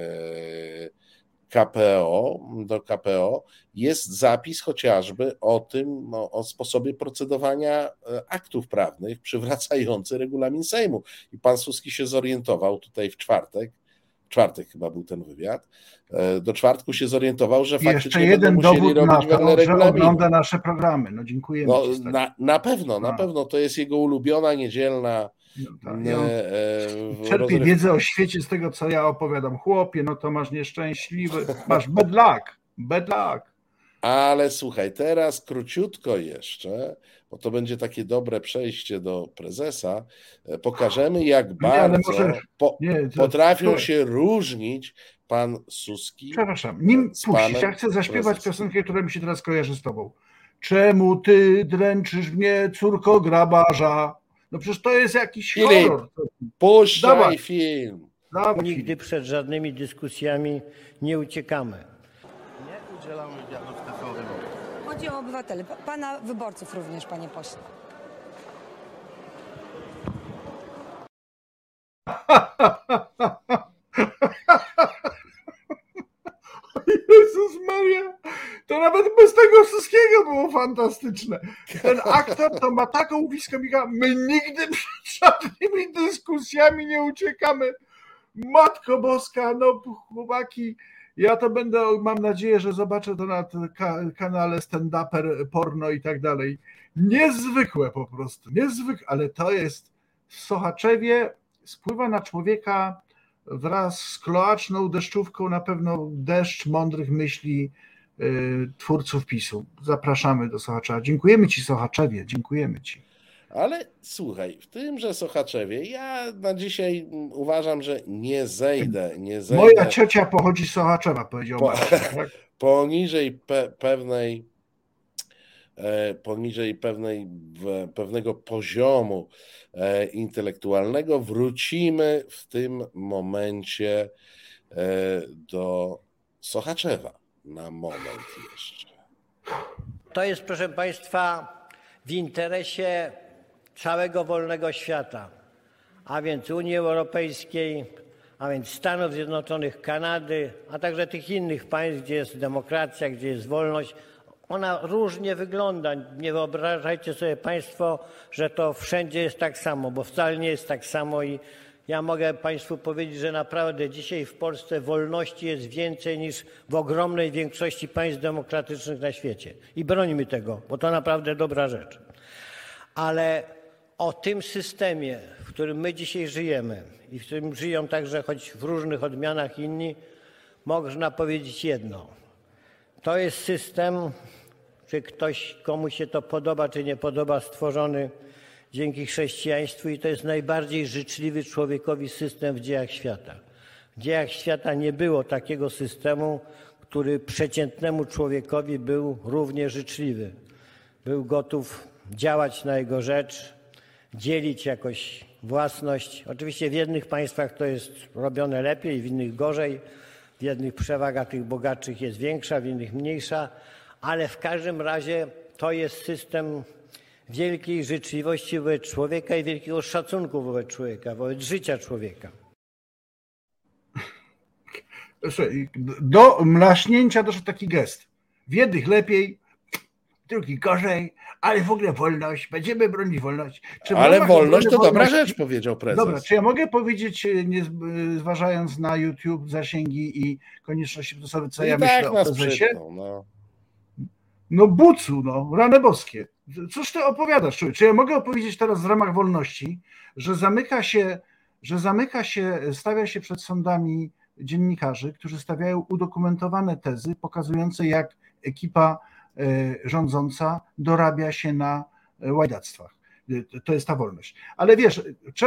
do KPO jest zapis chociażby o tym, o sposobie procedowania aktów prawnych przywracający regulamin Sejmu. I pan Suski się zorientował tutaj w czwartek chyba był ten wywiad, do czwartku się zorientował, że faktycznie jeden będą musieli dowód robić na to, że regulaminu. ogląda nasze programy. No dziękujemy. Na pewno to jest jego ulubiona niedzielna Czerpie wiedzę o świecie z tego, co ja opowiadam. Chłopie, no to masz nieszczęśliwy, masz bad luck. Ale słuchaj, teraz króciutko jeszcze, bo to będzie takie dobre przejście do prezesa, pokażemy, jak bardzo potrafią się różnić pan Suski. Przepraszam, nim puścisz, ja chcę zaśpiewać piosenkę, która mi się teraz kojarzy z tobą. Czemu ty dręczysz mnie, córko grabarza? No przecież to jest jakiś horror. Puszczaj film. Nigdy przed żadnymi dyskusjami nie uciekamy. Nie udzielamy wywiadów w TVN. Chodzi o obywateli, pana wyborców również, panie pośle. Jezus Maria, to nawet bez tego wszystkiego było fantastyczne. Ten aktor to ma taką wiskomika, my nigdy przed żadnymi dyskusjami nie uciekamy. Matko Boska, no chłopaki, ja to będę, mam nadzieję, że zobaczę to na kanale stand-uper, porno i tak dalej. Niezwykłe po prostu, niezwykłe, ale to jest w Sochaczewie, spływa na człowieka wraz z kloaczną deszczówką na pewno deszcz mądrych myśli twórców PiS-u. Zapraszamy do Sochaczewa. Dziękujemy ci, Sochaczewie, dziękujemy ci. Ale słuchaj, w tymże Sochaczewie ja na dzisiaj uważam, że nie zejdę. Moja ciocia pochodzi z Sochaczewa, powiedział Marcin, tak? Poniżej pewnego poziomu intelektualnego wrócimy w tym momencie do Sochaczewa na moment jeszcze. To jest, proszę państwa, w interesie całego wolnego świata, a więc Unii Europejskiej, a więc Stanów Zjednoczonych, Kanady, a także tych innych państw, gdzie jest demokracja, gdzie jest wolność. Ona różnie wygląda. Nie wyobrażajcie sobie państwo, że to wszędzie jest tak samo, bo wcale nie jest tak samo i ja mogę państwu powiedzieć, że naprawdę dzisiaj w Polsce wolności jest więcej niż w ogromnej większości państw demokratycznych na świecie. I brońmy tego, bo to naprawdę dobra rzecz. Ale o tym systemie, w którym my dzisiaj żyjemy i w którym żyją także, choć w różnych odmianach inni, można powiedzieć jedno. To jest system, czy ktoś, komu się to podoba, czy nie podoba, stworzony dzięki chrześcijaństwu i to jest najbardziej życzliwy człowiekowi system w dziejach świata. W dziejach świata nie było takiego systemu, który przeciętnemu człowiekowi był równie życzliwy. Był gotów działać na jego rzecz, dzielić jakoś własność. Oczywiście w jednych państwach to jest robione lepiej, w innych gorzej. W jednych przewaga tych bogatszych jest większa, w innych mniejsza, ale w każdym razie to jest system wielkiej życzliwości wobec człowieka i wielkiego szacunku wobec człowieka, wobec życia człowieka. Do mlaśnięcia doszedł taki gest. W jednych lepiej, w drugich gorzej, ale w ogóle wolność, będziemy bronić wolność. Ale wolność to dobra rzecz, powiedział prezes. Dobra, czy ja mogę powiedzieć, nie zważając na YouTube, zasięgi i konieczności procesowe, co ja myślę o prezesie? No bucu, no, rany boskie. Cóż ty opowiadasz? Czy ja mogę opowiedzieć teraz w ramach wolności, że stawia się przed sądami dziennikarzy, którzy stawiają udokumentowane tezy pokazujące, jak ekipa rządząca dorabia się na łajdactwach. To jest ta wolność. Ale wiesz,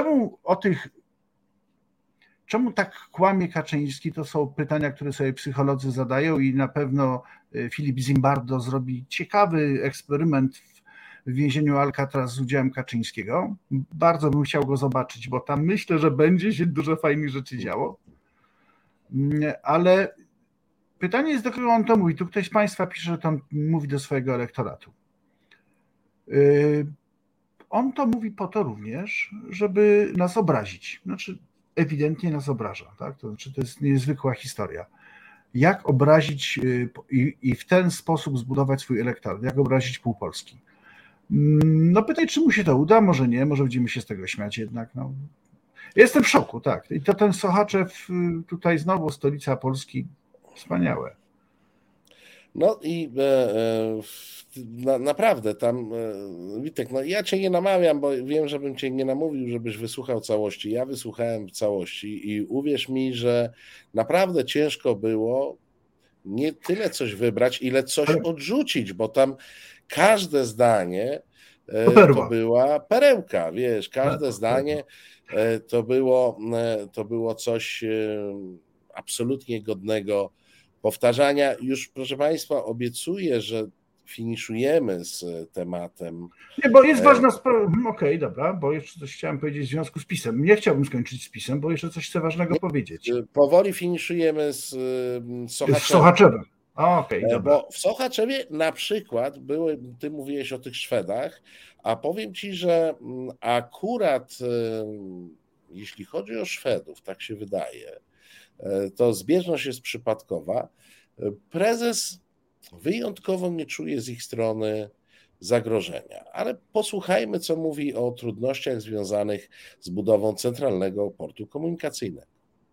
czemu tak kłamie Kaczyński? To są pytania, które sobie psycholodzy zadają i na pewno Filip Zimbardo zrobi ciekawy eksperyment w więzieniu Alcatraz z udziałem Kaczyńskiego. Bardzo bym chciał go zobaczyć, bo tam myślę, że będzie się dużo fajnych rzeczy działo. Ale pytanie jest, do kogo on to mówi. Tu ktoś z Państwa pisze, że to mówi do swojego elektoratu. On to mówi po to również, żeby nas obrazić. Znaczy, ewidentnie nas obraża. Tak? To znaczy, to jest niezwykła historia. Jak obrazić i w ten sposób zbudować swój elektorat? Jak obrazić pół Polski? No pytaj, czy mu się to uda? Może nie, może będziemy się z tego śmiać jednak. No. Jestem w szoku, tak. I to ten Sochaczew, tutaj znowu stolica Polski, wspaniałe. No i naprawdę tam, Witek, no ja cię nie namawiam, bo wiem, żebym cię nie namówił, żebyś wysłuchał całości. Ja wysłuchałem całości i uwierz mi, że naprawdę ciężko było nie tyle coś wybrać, ile coś odrzucić, bo tam każde zdanie to była perełka, wiesz, każde zdanie to było coś absolutnie godnego powtarzania. Już, proszę Państwa, obiecuję, że finiszujemy z tematem. Nie, bo jest ważna sprawa. Okej, dobra, bo jeszcze coś chciałem powiedzieć w związku z PiS-em. Nie chciałbym skończyć z PiS-em, bo jeszcze coś chcę ważnego powiedzieć. Powoli finiszujemy z Sochaczewem. Z Sochaczewem. Dobra. Bo w Sochaczewie na przykład ty mówiłeś o tych Szwedach, a powiem ci, że akurat jeśli chodzi o Szwedów, tak się wydaje, to zbieżność jest przypadkowa. Prezes wyjątkowo nie czuje z ich strony zagrożenia, ale posłuchajmy, co mówi o trudnościach związanych z budową centralnego portu komunikacyjnego.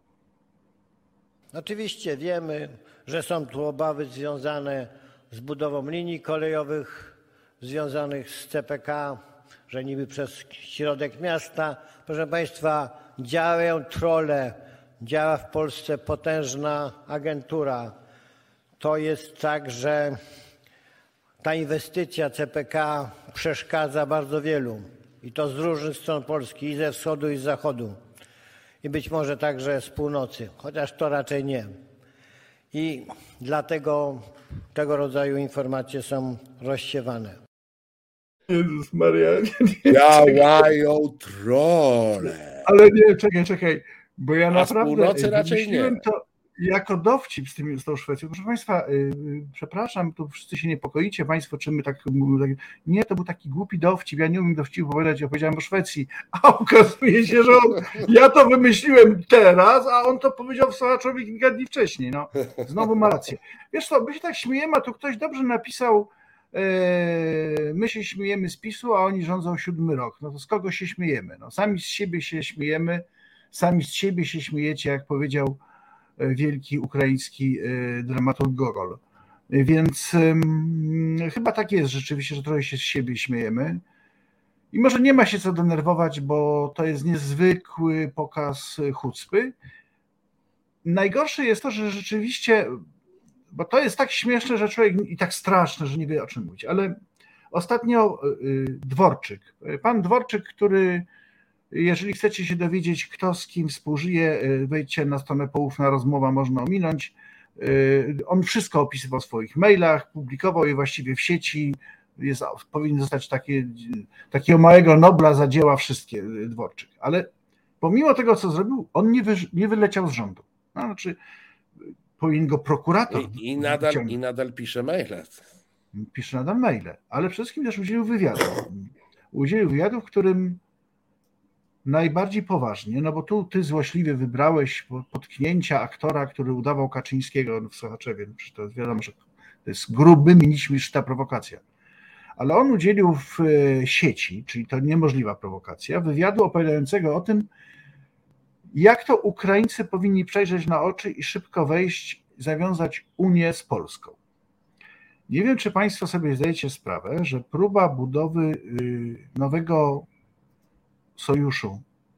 Oczywiście wiemy, że są tu obawy związane z budową linii kolejowych, związanych z CPK, że niby przez środek miasta. Proszę Państwa, działają trolle, działa w Polsce potężna agentura. To jest tak, że ta inwestycja CPK przeszkadza bardzo wielu i to z różnych stron Polski, i ze wschodu, i z zachodu. I być może także z północy, chociaż to raczej nie. I dlatego tego rodzaju informacje są rozsiewane. Jezus Maria. Działają trolle. Ale nie, czekaj, bo ja naprawdę z północy raczej nie. To jako dowcip z tą Szwecją. Proszę Państwa, przepraszam, tu wszyscy się niepokoicie Państwo, czy my tak mówimy. Nie, to był taki głupi dowcip, ja nie umiem dowcipu opowiadać, opowiedziałem o Szwecji, a okazuje się, że ja to wymyśliłem teraz, a on to powiedział w Sochaczowie kilka dni wcześniej. No, znowu ma rację. Wiesz co, my się tak śmiejemy, a tu ktoś dobrze napisał, my się śmiejemy z PiS-u, a oni rządzą 7 rok. No to z kogo się śmiejemy? No, sami z siebie się śmiejemy, sami z siebie się śmiejecie, jak powiedział wielki ukraiński dramaturg Gogol. Więc chyba tak jest rzeczywiście, że trochę się z siebie śmiejemy. I może nie ma się co denerwować, bo to jest niezwykły pokaz chucpy. Najgorsze jest to, że rzeczywiście, bo to jest tak śmieszne, że człowiek i tak straszne, że nie wie o czym mówić, ale ostatnio Dworczyk, pan Dworczyk, który, jeżeli chcecie się dowiedzieć, kto z kim współżyje, wejdźcie na stronę Poufna Rozmowa, można ominąć. On wszystko opisywał w swoich mailach, publikował je właściwie w sieci, powinien zostać takiego małego Nobla za dzieła wszystkie Dworczyk. Ale pomimo tego, co zrobił, on nie wyleciał z rządu. No, znaczy, powinien go prokurator. I nadal pisze maile. Pisze nadal maile, ale przede wszystkim też udzielił wywiadu. Udzielił wywiadu, w którym najbardziej poważnie, no bo tu ty złośliwie wybrałeś potknięcia aktora, który udawał Kaczyńskiego w Sochaczewie. To jest wiadomo, że to jest grubymi nićmi szyta prowokacja. Ale on udzielił w sieci, czyli to niemożliwa prowokacja, wywiadu opowiadającego o tym, jak to Ukraińcy powinni przejrzeć na oczy i szybko wejść, zawiązać Unię z Polską. Nie wiem, czy Państwo sobie zdajecie sprawę, że próba budowy nowego sojuszu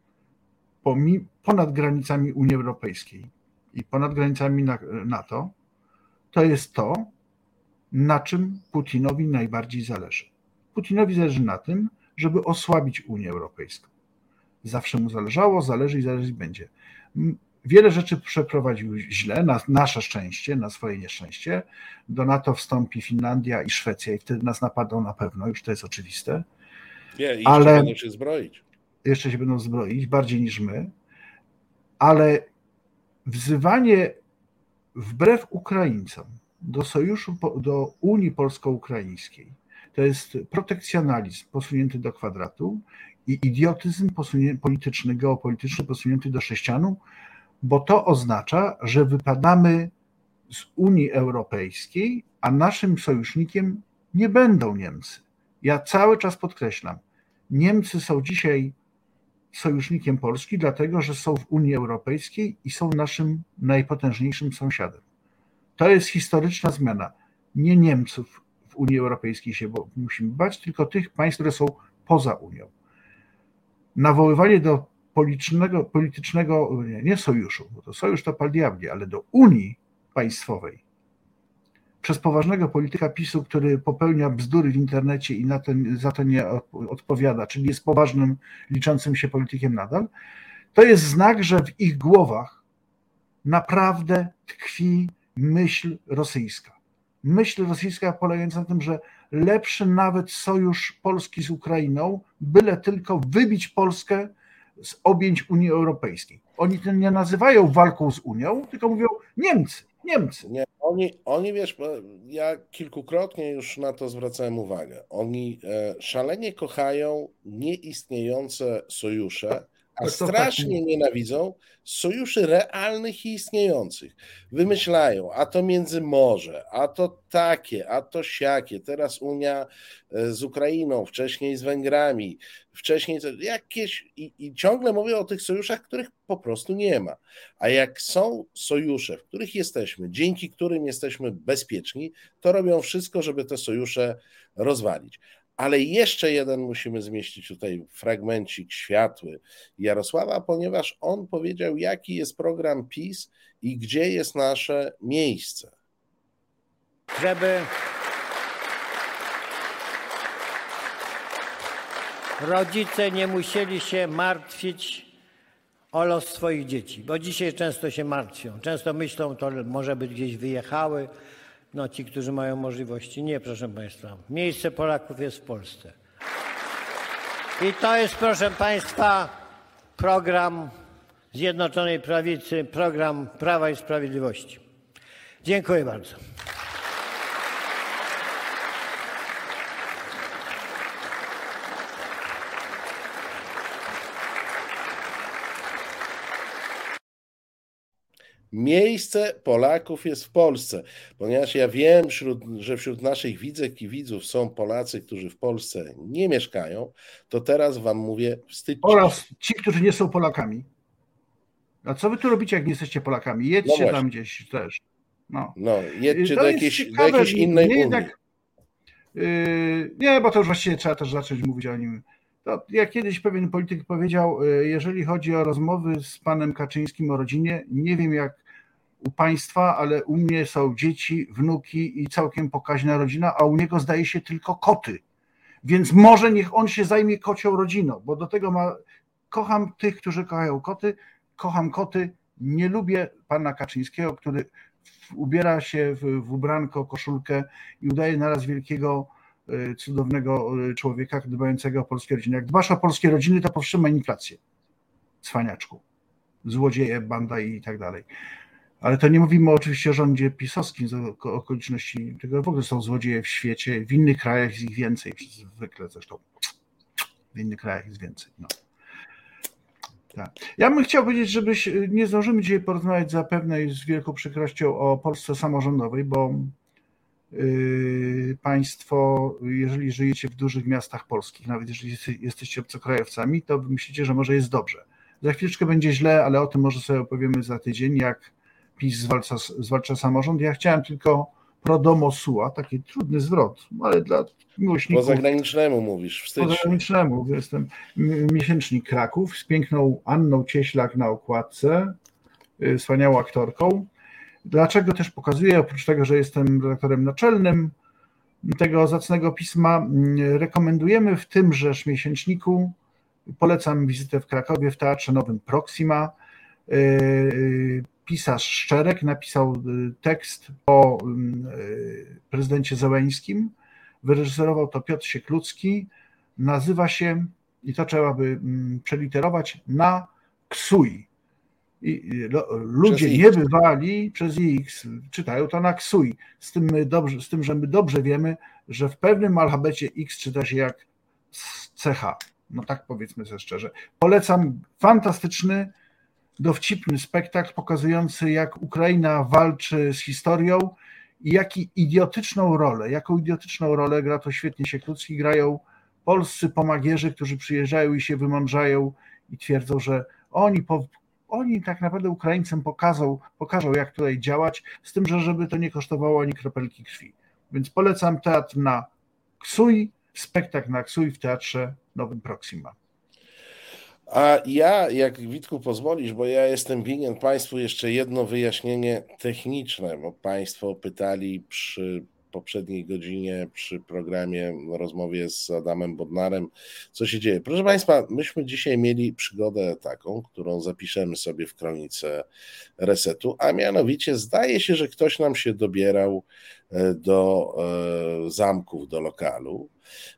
ponad granicami Unii Europejskiej i ponad granicami NATO, to jest to, na czym Putinowi najbardziej zależy. Putinowi zależy na tym, żeby osłabić Unię Europejską. Zawsze mu zależało, zależy i zależeć będzie. Wiele rzeczy przeprowadził źle, na nasze szczęście, na swoje nieszczęście. Do NATO wstąpi Finlandia i Szwecja i wtedy nas napadą na pewno, już to jest oczywiste. Ale będą się zbroić. Jeszcze się będą zbroić, bardziej niż my, ale wzywanie wbrew Ukraińcom do sojuszu, do Unii Polsko-Ukraińskiej, to jest protekcjonalizm posunięty do kwadratu i idiotyzm polityczny, geopolityczny posunięty do sześcianu, bo to oznacza, że wypadamy z Unii Europejskiej, a naszym sojusznikiem nie będą Niemcy. Ja cały czas podkreślam, Niemcy są dzisiaj sojusznikiem Polski, dlatego że są w Unii Europejskiej i są naszym najpotężniejszym sąsiadem. To jest historyczna zmiana. Nie Niemców w w Unii Europejskiej się musimy bać, tylko tych państw, które są poza Unią. Nawoływanie do politycznego nie sojuszu, bo to sojusz to pal diabli, ale do Unii państwowej przez poważnego polityka PiS-u, który popełnia bzdury w internecie i za to nie odpowiada, czyli jest poważnym, liczącym się politykiem nadal, to jest znak, że w ich głowach naprawdę tkwi myśl rosyjska. Myśl rosyjska polegająca na tym, że lepszy nawet sojusz Polski z Ukrainą, byle tylko wybić Polskę z objęć Unii Europejskiej. Oni to nie nazywają walką z Unią, tylko mówią Niemcy. Nie, oni wiesz, ja kilkukrotnie już na to zwracałem uwagę. Oni szalenie kochają nieistniejące sojusze, a strasznie nienawidzą sojuszy realnych i istniejących. Wymyślają, a to Międzymorze, a to takie, a to siakie. Teraz Unia z Ukrainą, wcześniej z Węgrami, wcześniej jakieś i ciągle mówią o tych sojuszach, których po prostu nie ma. A jak są sojusze, w których jesteśmy, dzięki którym jesteśmy bezpieczni, to robią wszystko, żeby te sojusze rozwalić. Ale jeszcze jeden musimy zmieścić tutaj fragmencik światły Jarosława, ponieważ on powiedział, jaki jest program PiS i gdzie jest nasze miejsce. Żeby rodzice nie musieli się martwić o los swoich dzieci, bo dzisiaj często się martwią. Często myślą, to może by gdzieś wyjechały. No ci, którzy mają możliwości. Nie, proszę Państwa. Miejsce Polaków jest w Polsce. I to jest, proszę Państwa, program Zjednoczonej Prawicy, program Prawa i Sprawiedliwości. Dziękuję bardzo. Miejsce Polaków jest w Polsce, ponieważ ja wiem, że wśród naszych widzek i widzów są Polacy, którzy w Polsce nie mieszkają, to teraz wam mówię, wstydźcie się. Oraz ci, którzy nie są Polakami. A co wy tu robicie, jak nie jesteście Polakami? Jedźcie tam gdzieś też. Jedźcie do jakiejś innej Unii. Nie, bo to już właściwie trzeba też zacząć mówić o nim. To jak kiedyś pewien polityk powiedział, jeżeli chodzi o rozmowy z panem Kaczyńskim o rodzinie, nie wiem jak u państwa, ale u mnie są dzieci, wnuki i całkiem pokaźna rodzina, a u niego zdaje się tylko koty. Więc może niech on się zajmie kocią rodziną, bo do tego kocham tych, którzy kochają koty, kocham koty, nie lubię pana Kaczyńskiego, który ubiera się w ubranko, koszulkę i udaje naraz wielkiego, cudownego człowieka dbającego o polskie rodziny. Jak dbasz o polskie rodziny, to powstrzymaj inflację. Cwaniaczku. Złodzieje, banda i tak dalej. Ale to nie mówimy oczywiście o rządzie pisowskim z okoliczności, tego w ogóle są złodzieje w świecie, w innych krajach jest ich więcej, zwykle zresztą. W innych krajach jest więcej. No. Tak. Ja bym chciał powiedzieć, nie zdążymy dzisiaj porozmawiać zapewne i z wielką przykrością o Polsce samorządowej, bo państwo, jeżeli żyjecie w dużych miastach polskich, nawet jeżeli jesteście obcokrajowcami, to myślicie, że może jest dobrze. Za chwileczkę będzie źle, ale o tym może sobie opowiemy za tydzień, jak PiS zwalcza samorząd. Ja chciałem tylko pro domo sua, taki trudny zwrot, ale dla miłośników... Po zagranicznemu mówisz, wstydź. Po zagranicznemu, jestem miesięcznik Kraków z piękną Anną Cieślak na okładce, wspaniałą aktorką. Dlaczego też pokazuję, oprócz tego, że jestem redaktorem naczelnym tego zacnego pisma, rekomendujemy w tymżeż miesięczniku, polecam wizytę w Krakowie w Teatrze Nowym Proxima. Pisarz Szczerek napisał tekst o prezydencie Zełeńskim, wyreżyserował to Piotr Sieklucki, nazywa się, i to trzeba by przeliterować, Na Ksui. I ludzie niebywali przez X czytają to na Ksui, z tym, że my dobrze wiemy, że w pewnym alfabecie X czyta się jak CH. No tak powiedzmy sobie szczerze. Polecam fantastyczny, dowcipny spektakl pokazujący, jak Ukraina walczy z historią i jaką idiotyczną rolę, gra to świetnie Sieklucki, grają polscy pomagierzy, którzy przyjeżdżają i się wymądrzają i twierdzą, że oni tak naprawdę Ukraińcom pokażą, jak tutaj działać, z tym, że żeby to nie kosztowało ani kropelki krwi. Więc polecam teatr na Ksui, spektakl na Ksui w Teatrze Nowym Proxima. A ja, jak Witku pozwolisz, bo ja jestem winien Państwu jeszcze jedno wyjaśnienie techniczne, bo Państwo pytali przy poprzedniej godzinie, przy programie, rozmowie z Adamem Bodnarem, co się dzieje. Proszę Państwa, myśmy dzisiaj mieli przygodę taką, którą zapiszemy sobie w kronice Resetu, a mianowicie zdaje się, że ktoś nam się dobierał do zamków, do lokalu,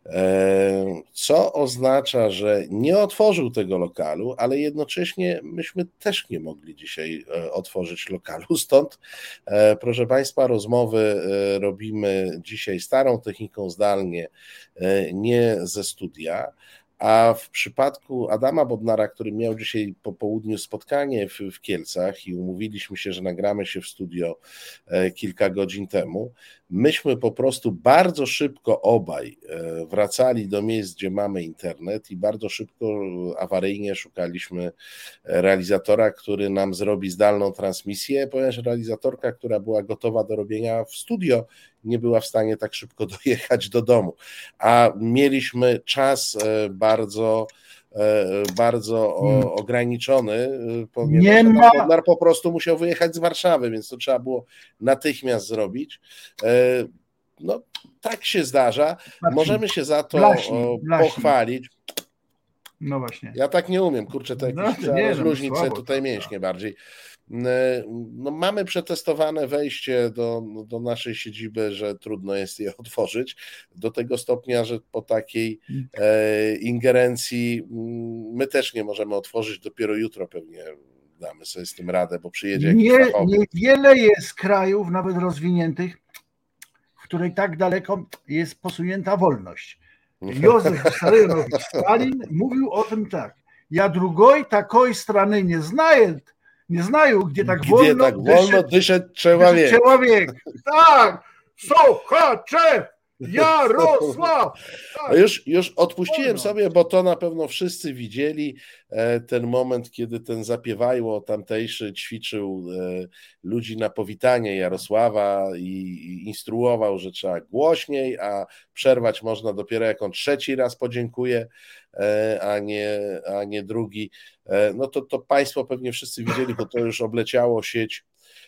co oznacza, że nie otworzył tego lokalu, ale jednocześnie myśmy też nie mogli dzisiaj otworzyć lokalu. Stąd, proszę Państwa, rozmowy robimy dzisiaj starą techniką zdalnie, nie ze studia. A w przypadku Adama Bodnara, który miał dzisiaj po południu spotkanie w Kielcach i umówiliśmy się, że nagramy się w studio kilka godzin temu, myśmy po prostu bardzo szybko obaj wracali do miejsc, gdzie mamy internet i bardzo szybko awaryjnie szukaliśmy realizatora, który nam zrobi zdalną transmisję, ponieważ realizatorka, która była gotowa do robienia w studio, nie była w stanie tak szybko dojechać do domu. A mieliśmy czas bardzo ograniczony, ponieważ Bodnar po prostu musiał wyjechać z Warszawy, więc to trzeba było natychmiast zrobić. No, tak się zdarza. Możemy się za to pochwalić. No właśnie. Ja tak nie umiem, kurczę, to jakieś rozluźnić sobie tutaj mięśnie bardziej. No, mamy przetestowane wejście do naszej siedziby, że trudno jest je otworzyć, do tego stopnia, że po takiej ingerencji my też nie możemy otworzyć, dopiero jutro pewnie damy sobie z tym radę, bo przyjedzie jakiś fachowiec. Niewiele jest krajów, nawet rozwiniętych, w której tak daleko jest posunięta wolność. Józef Wissarionowicz Stalin mówił o tym tak: ja drugoj takoj strony nie znają, gdzie tak wolno dyszeć człowiek. Tak, Sochaczew, Jarosław. Tak. Już odpuściłem sobie, bo to na pewno wszyscy widzieli ten moment, kiedy ten Zapiewajło tamtejszy ćwiczył ludzi na powitanie Jarosława i instruował, że trzeba głośniej, a przerwać można dopiero jak on trzeci raz podziękuje, a nie drugi. No to Państwo pewnie wszyscy widzieli, bo to już obleciało sieć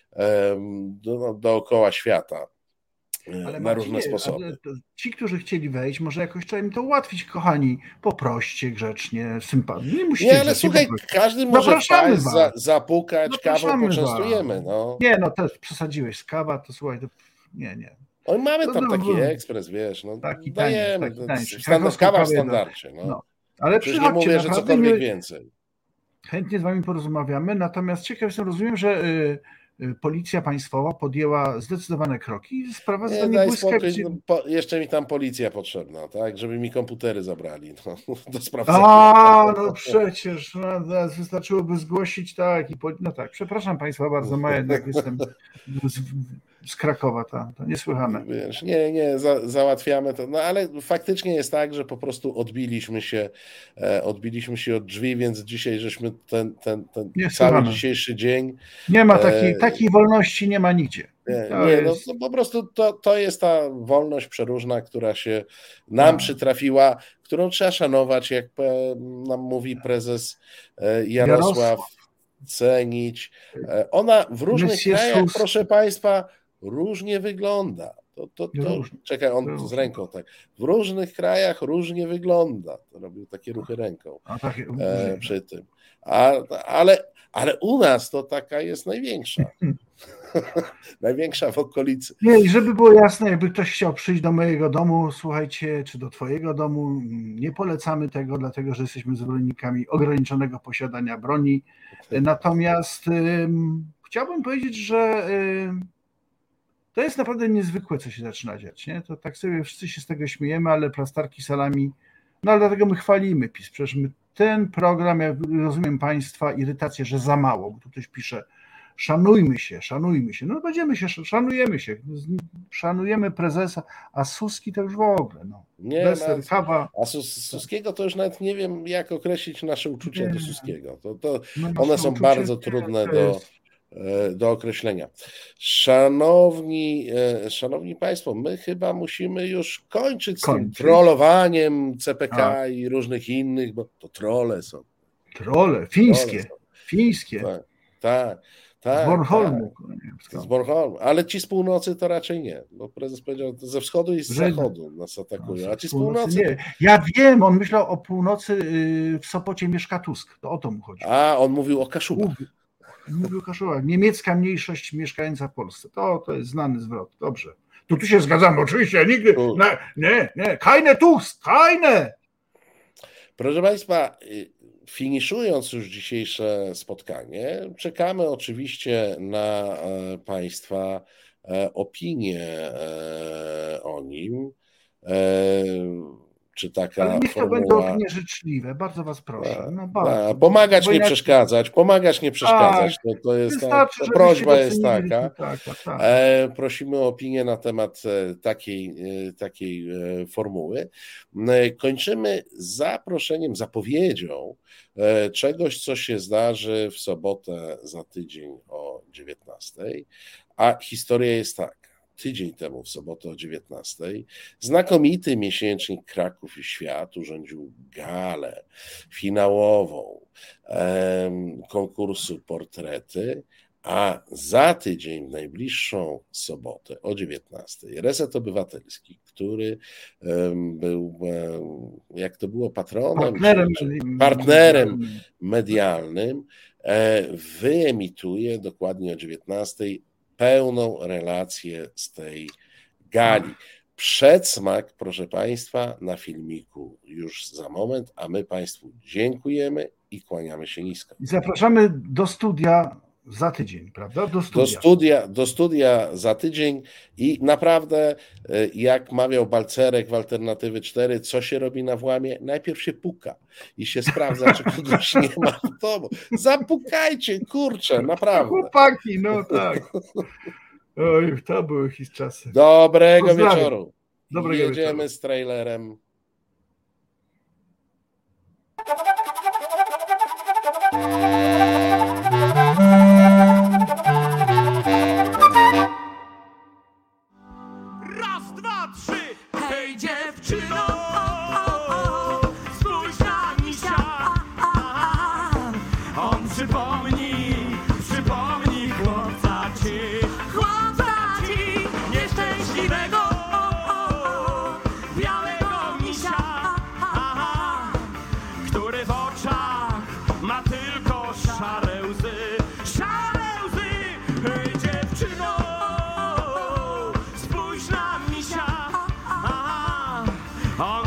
dookoła świata. Ale na różne sposoby. Ci, którzy chcieli wejść, może jakoś trzeba im to ułatwić, kochani. Poproście, grzecznie, sympatycznie. Nie musicie. Nie, ale słuchaj, każdy może wpaść, zapukać, kawą poczęstujemy. No. Nie, no też przesadziłeś z kawa, to słuchaj, to nie. No, mamy tam taki ekspres, wiesz, no taki dajemy. Kawa w standardzie. No. Ale przecież nie mówię, że cokolwiek więcej. Chętnie z wami porozmawiamy, natomiast ciekaw jestem, rozumiem, że Policja Państwowa podjęła zdecydowane kroki. Sprawa zostanie błyskawicznie. Jeszcze mi tam policja potrzebna, tak? Żeby mi komputery zabrali do sprawdzenia. No przecież wystarczyłoby zgłosić, tak. No tak, przepraszam Państwa bardzo, ja jednak jestem z Krakowa, to niesłychane. Wiesz, nie, załatwiamy to, no ale faktycznie jest tak, że po prostu odbiliśmy się od drzwi, więc dzisiaj żeśmy ten cały dzisiejszy dzień... Nie ma takiej wolności, nie ma nigdzie. No po prostu to jest ta wolność przeróżna, która się nam przytrafiła, którą trzeba szanować, jak nam mówi prezes Jarosław, cenić. Ona w różnych krajach, proszę Państwa, różnie wygląda. Czekaj, on z ręką tak. W różnych krajach różnie wygląda. To robił takie ruchy ręką przy tym. Ale u nas to taka jest największa. Największa w okolicy. Nie, i żeby było jasne, jakby ktoś chciał przyjść do mojego domu, słuchajcie, czy do twojego domu, nie polecamy tego, dlatego że jesteśmy zwolennikami ograniczonego posiadania broni. Natomiast chciałbym powiedzieć, że to jest naprawdę niezwykłe, co się zaczyna dziać. Nie? To tak sobie wszyscy się z tego śmiejemy, ale plasterki salami, no ale dlatego my chwalimy PiS. Przecież my ten program, jak rozumiem Państwa irytację, że za mało, bo tu ktoś pisze, szanujmy się. No szanujemy prezesa, a Suski to już w ogóle. No. A Suskiego to już nawet nie wiem, jak określić nasze uczucia do Suskiego. One są bardzo trudne do określenia. Szanowni Państwo, my chyba musimy już kończyć z tym trollowaniem CPK i różnych innych, bo to trolle są. Trolle, fińskie. Tak. Z Bornholmu. Z Bornholmu, ale ci z północy to raczej nie, bo prezes powiedział, że ze wschodu i z zachodu nas atakują, a ci z północy... Nie. Ja wiem, on myślał o północy, w Sopocie mieszka Tusk, to o to mu chodzi. A, on mówił o Kaszubach. Mówił o Kaszubach. Niemiecka mniejszość mieszkająca w Polsce, to jest znany zwrot, dobrze. Tu się zgadzamy, oczywiście, nigdy, nie, keine Tusk, keine! Proszę Państwa, finiszując już dzisiejsze spotkanie, czekamy oczywiście na Państwa opinie o nim. Czy taka ale niech formuła... to będą opinie życzliwe, bardzo Was proszę. Pomagać, nie przeszkadzać. To jest prośba jest taka. Tak. Prosimy o opinię na temat takiej formuły. Kończymy zapowiedzią czegoś, co się zdarzy w sobotę za tydzień o 19:00, a historia jest taka. Tydzień temu, w sobotę o 19:00, znakomity miesięcznik Kraków i Świat urządził galę finałową konkursu Portrety, a za tydzień, w najbliższą sobotę o 19:00, Reset Obywatelski, który był, jak to było, partnerem medialnym, wyemituje dokładnie o 19:00 pełną relację z tej gali. Przedsmak, proszę Państwa, na filmiku już za moment, a my Państwu dziękujemy i kłaniamy się nisko. I zapraszamy do studia za tydzień, prawda? Do studia za tydzień i naprawdę, jak mawiał Balcerek w Alternatywy 4, co się robi na włamie? Najpierw się puka i się sprawdza, czy kogoś nie ma w domu. Zapukajcie, kurczę, naprawdę. Chłopaki, no tak. Oj, to były jakieś czasy. Dobrego wieczoru. Jedziemy z trailerem. Raz, dwa, trzy. Hej dziewczyno, spójrz na misia. On przypomni chłopca ci nieszczęśliwego, białego misia, który w oczach ma tylko szare łzy. Hej dziewczyno, spójrz na misia. On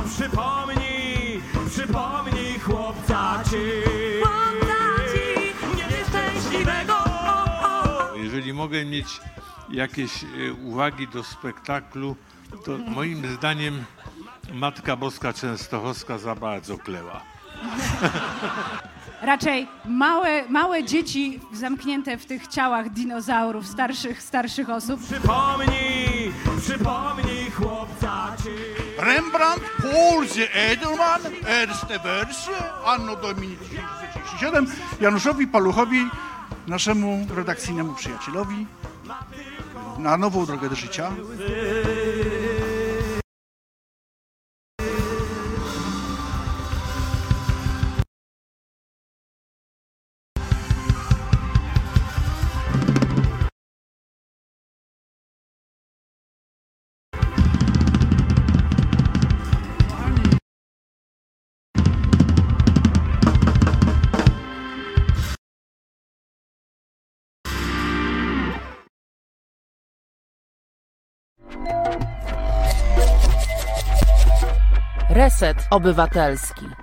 przypomni chłopca ci nieszczęśliwego. Jeżeli mogę mieć jakieś uwagi do spektaklu, to moim zdaniem Matka Boska Częstochowska za bardzo kleła. Raczej małe dzieci zamknięte w tych ciałach dinozaurów, starszych osób. Przypomnij chłopca ci. Rembrandt, Paul the Edelman, erste wersje, anno domini 1937, Januszowi Paluchowi, naszemu redakcyjnemu przyjacielowi, na nową drogę do życia. Reset Obywatelski.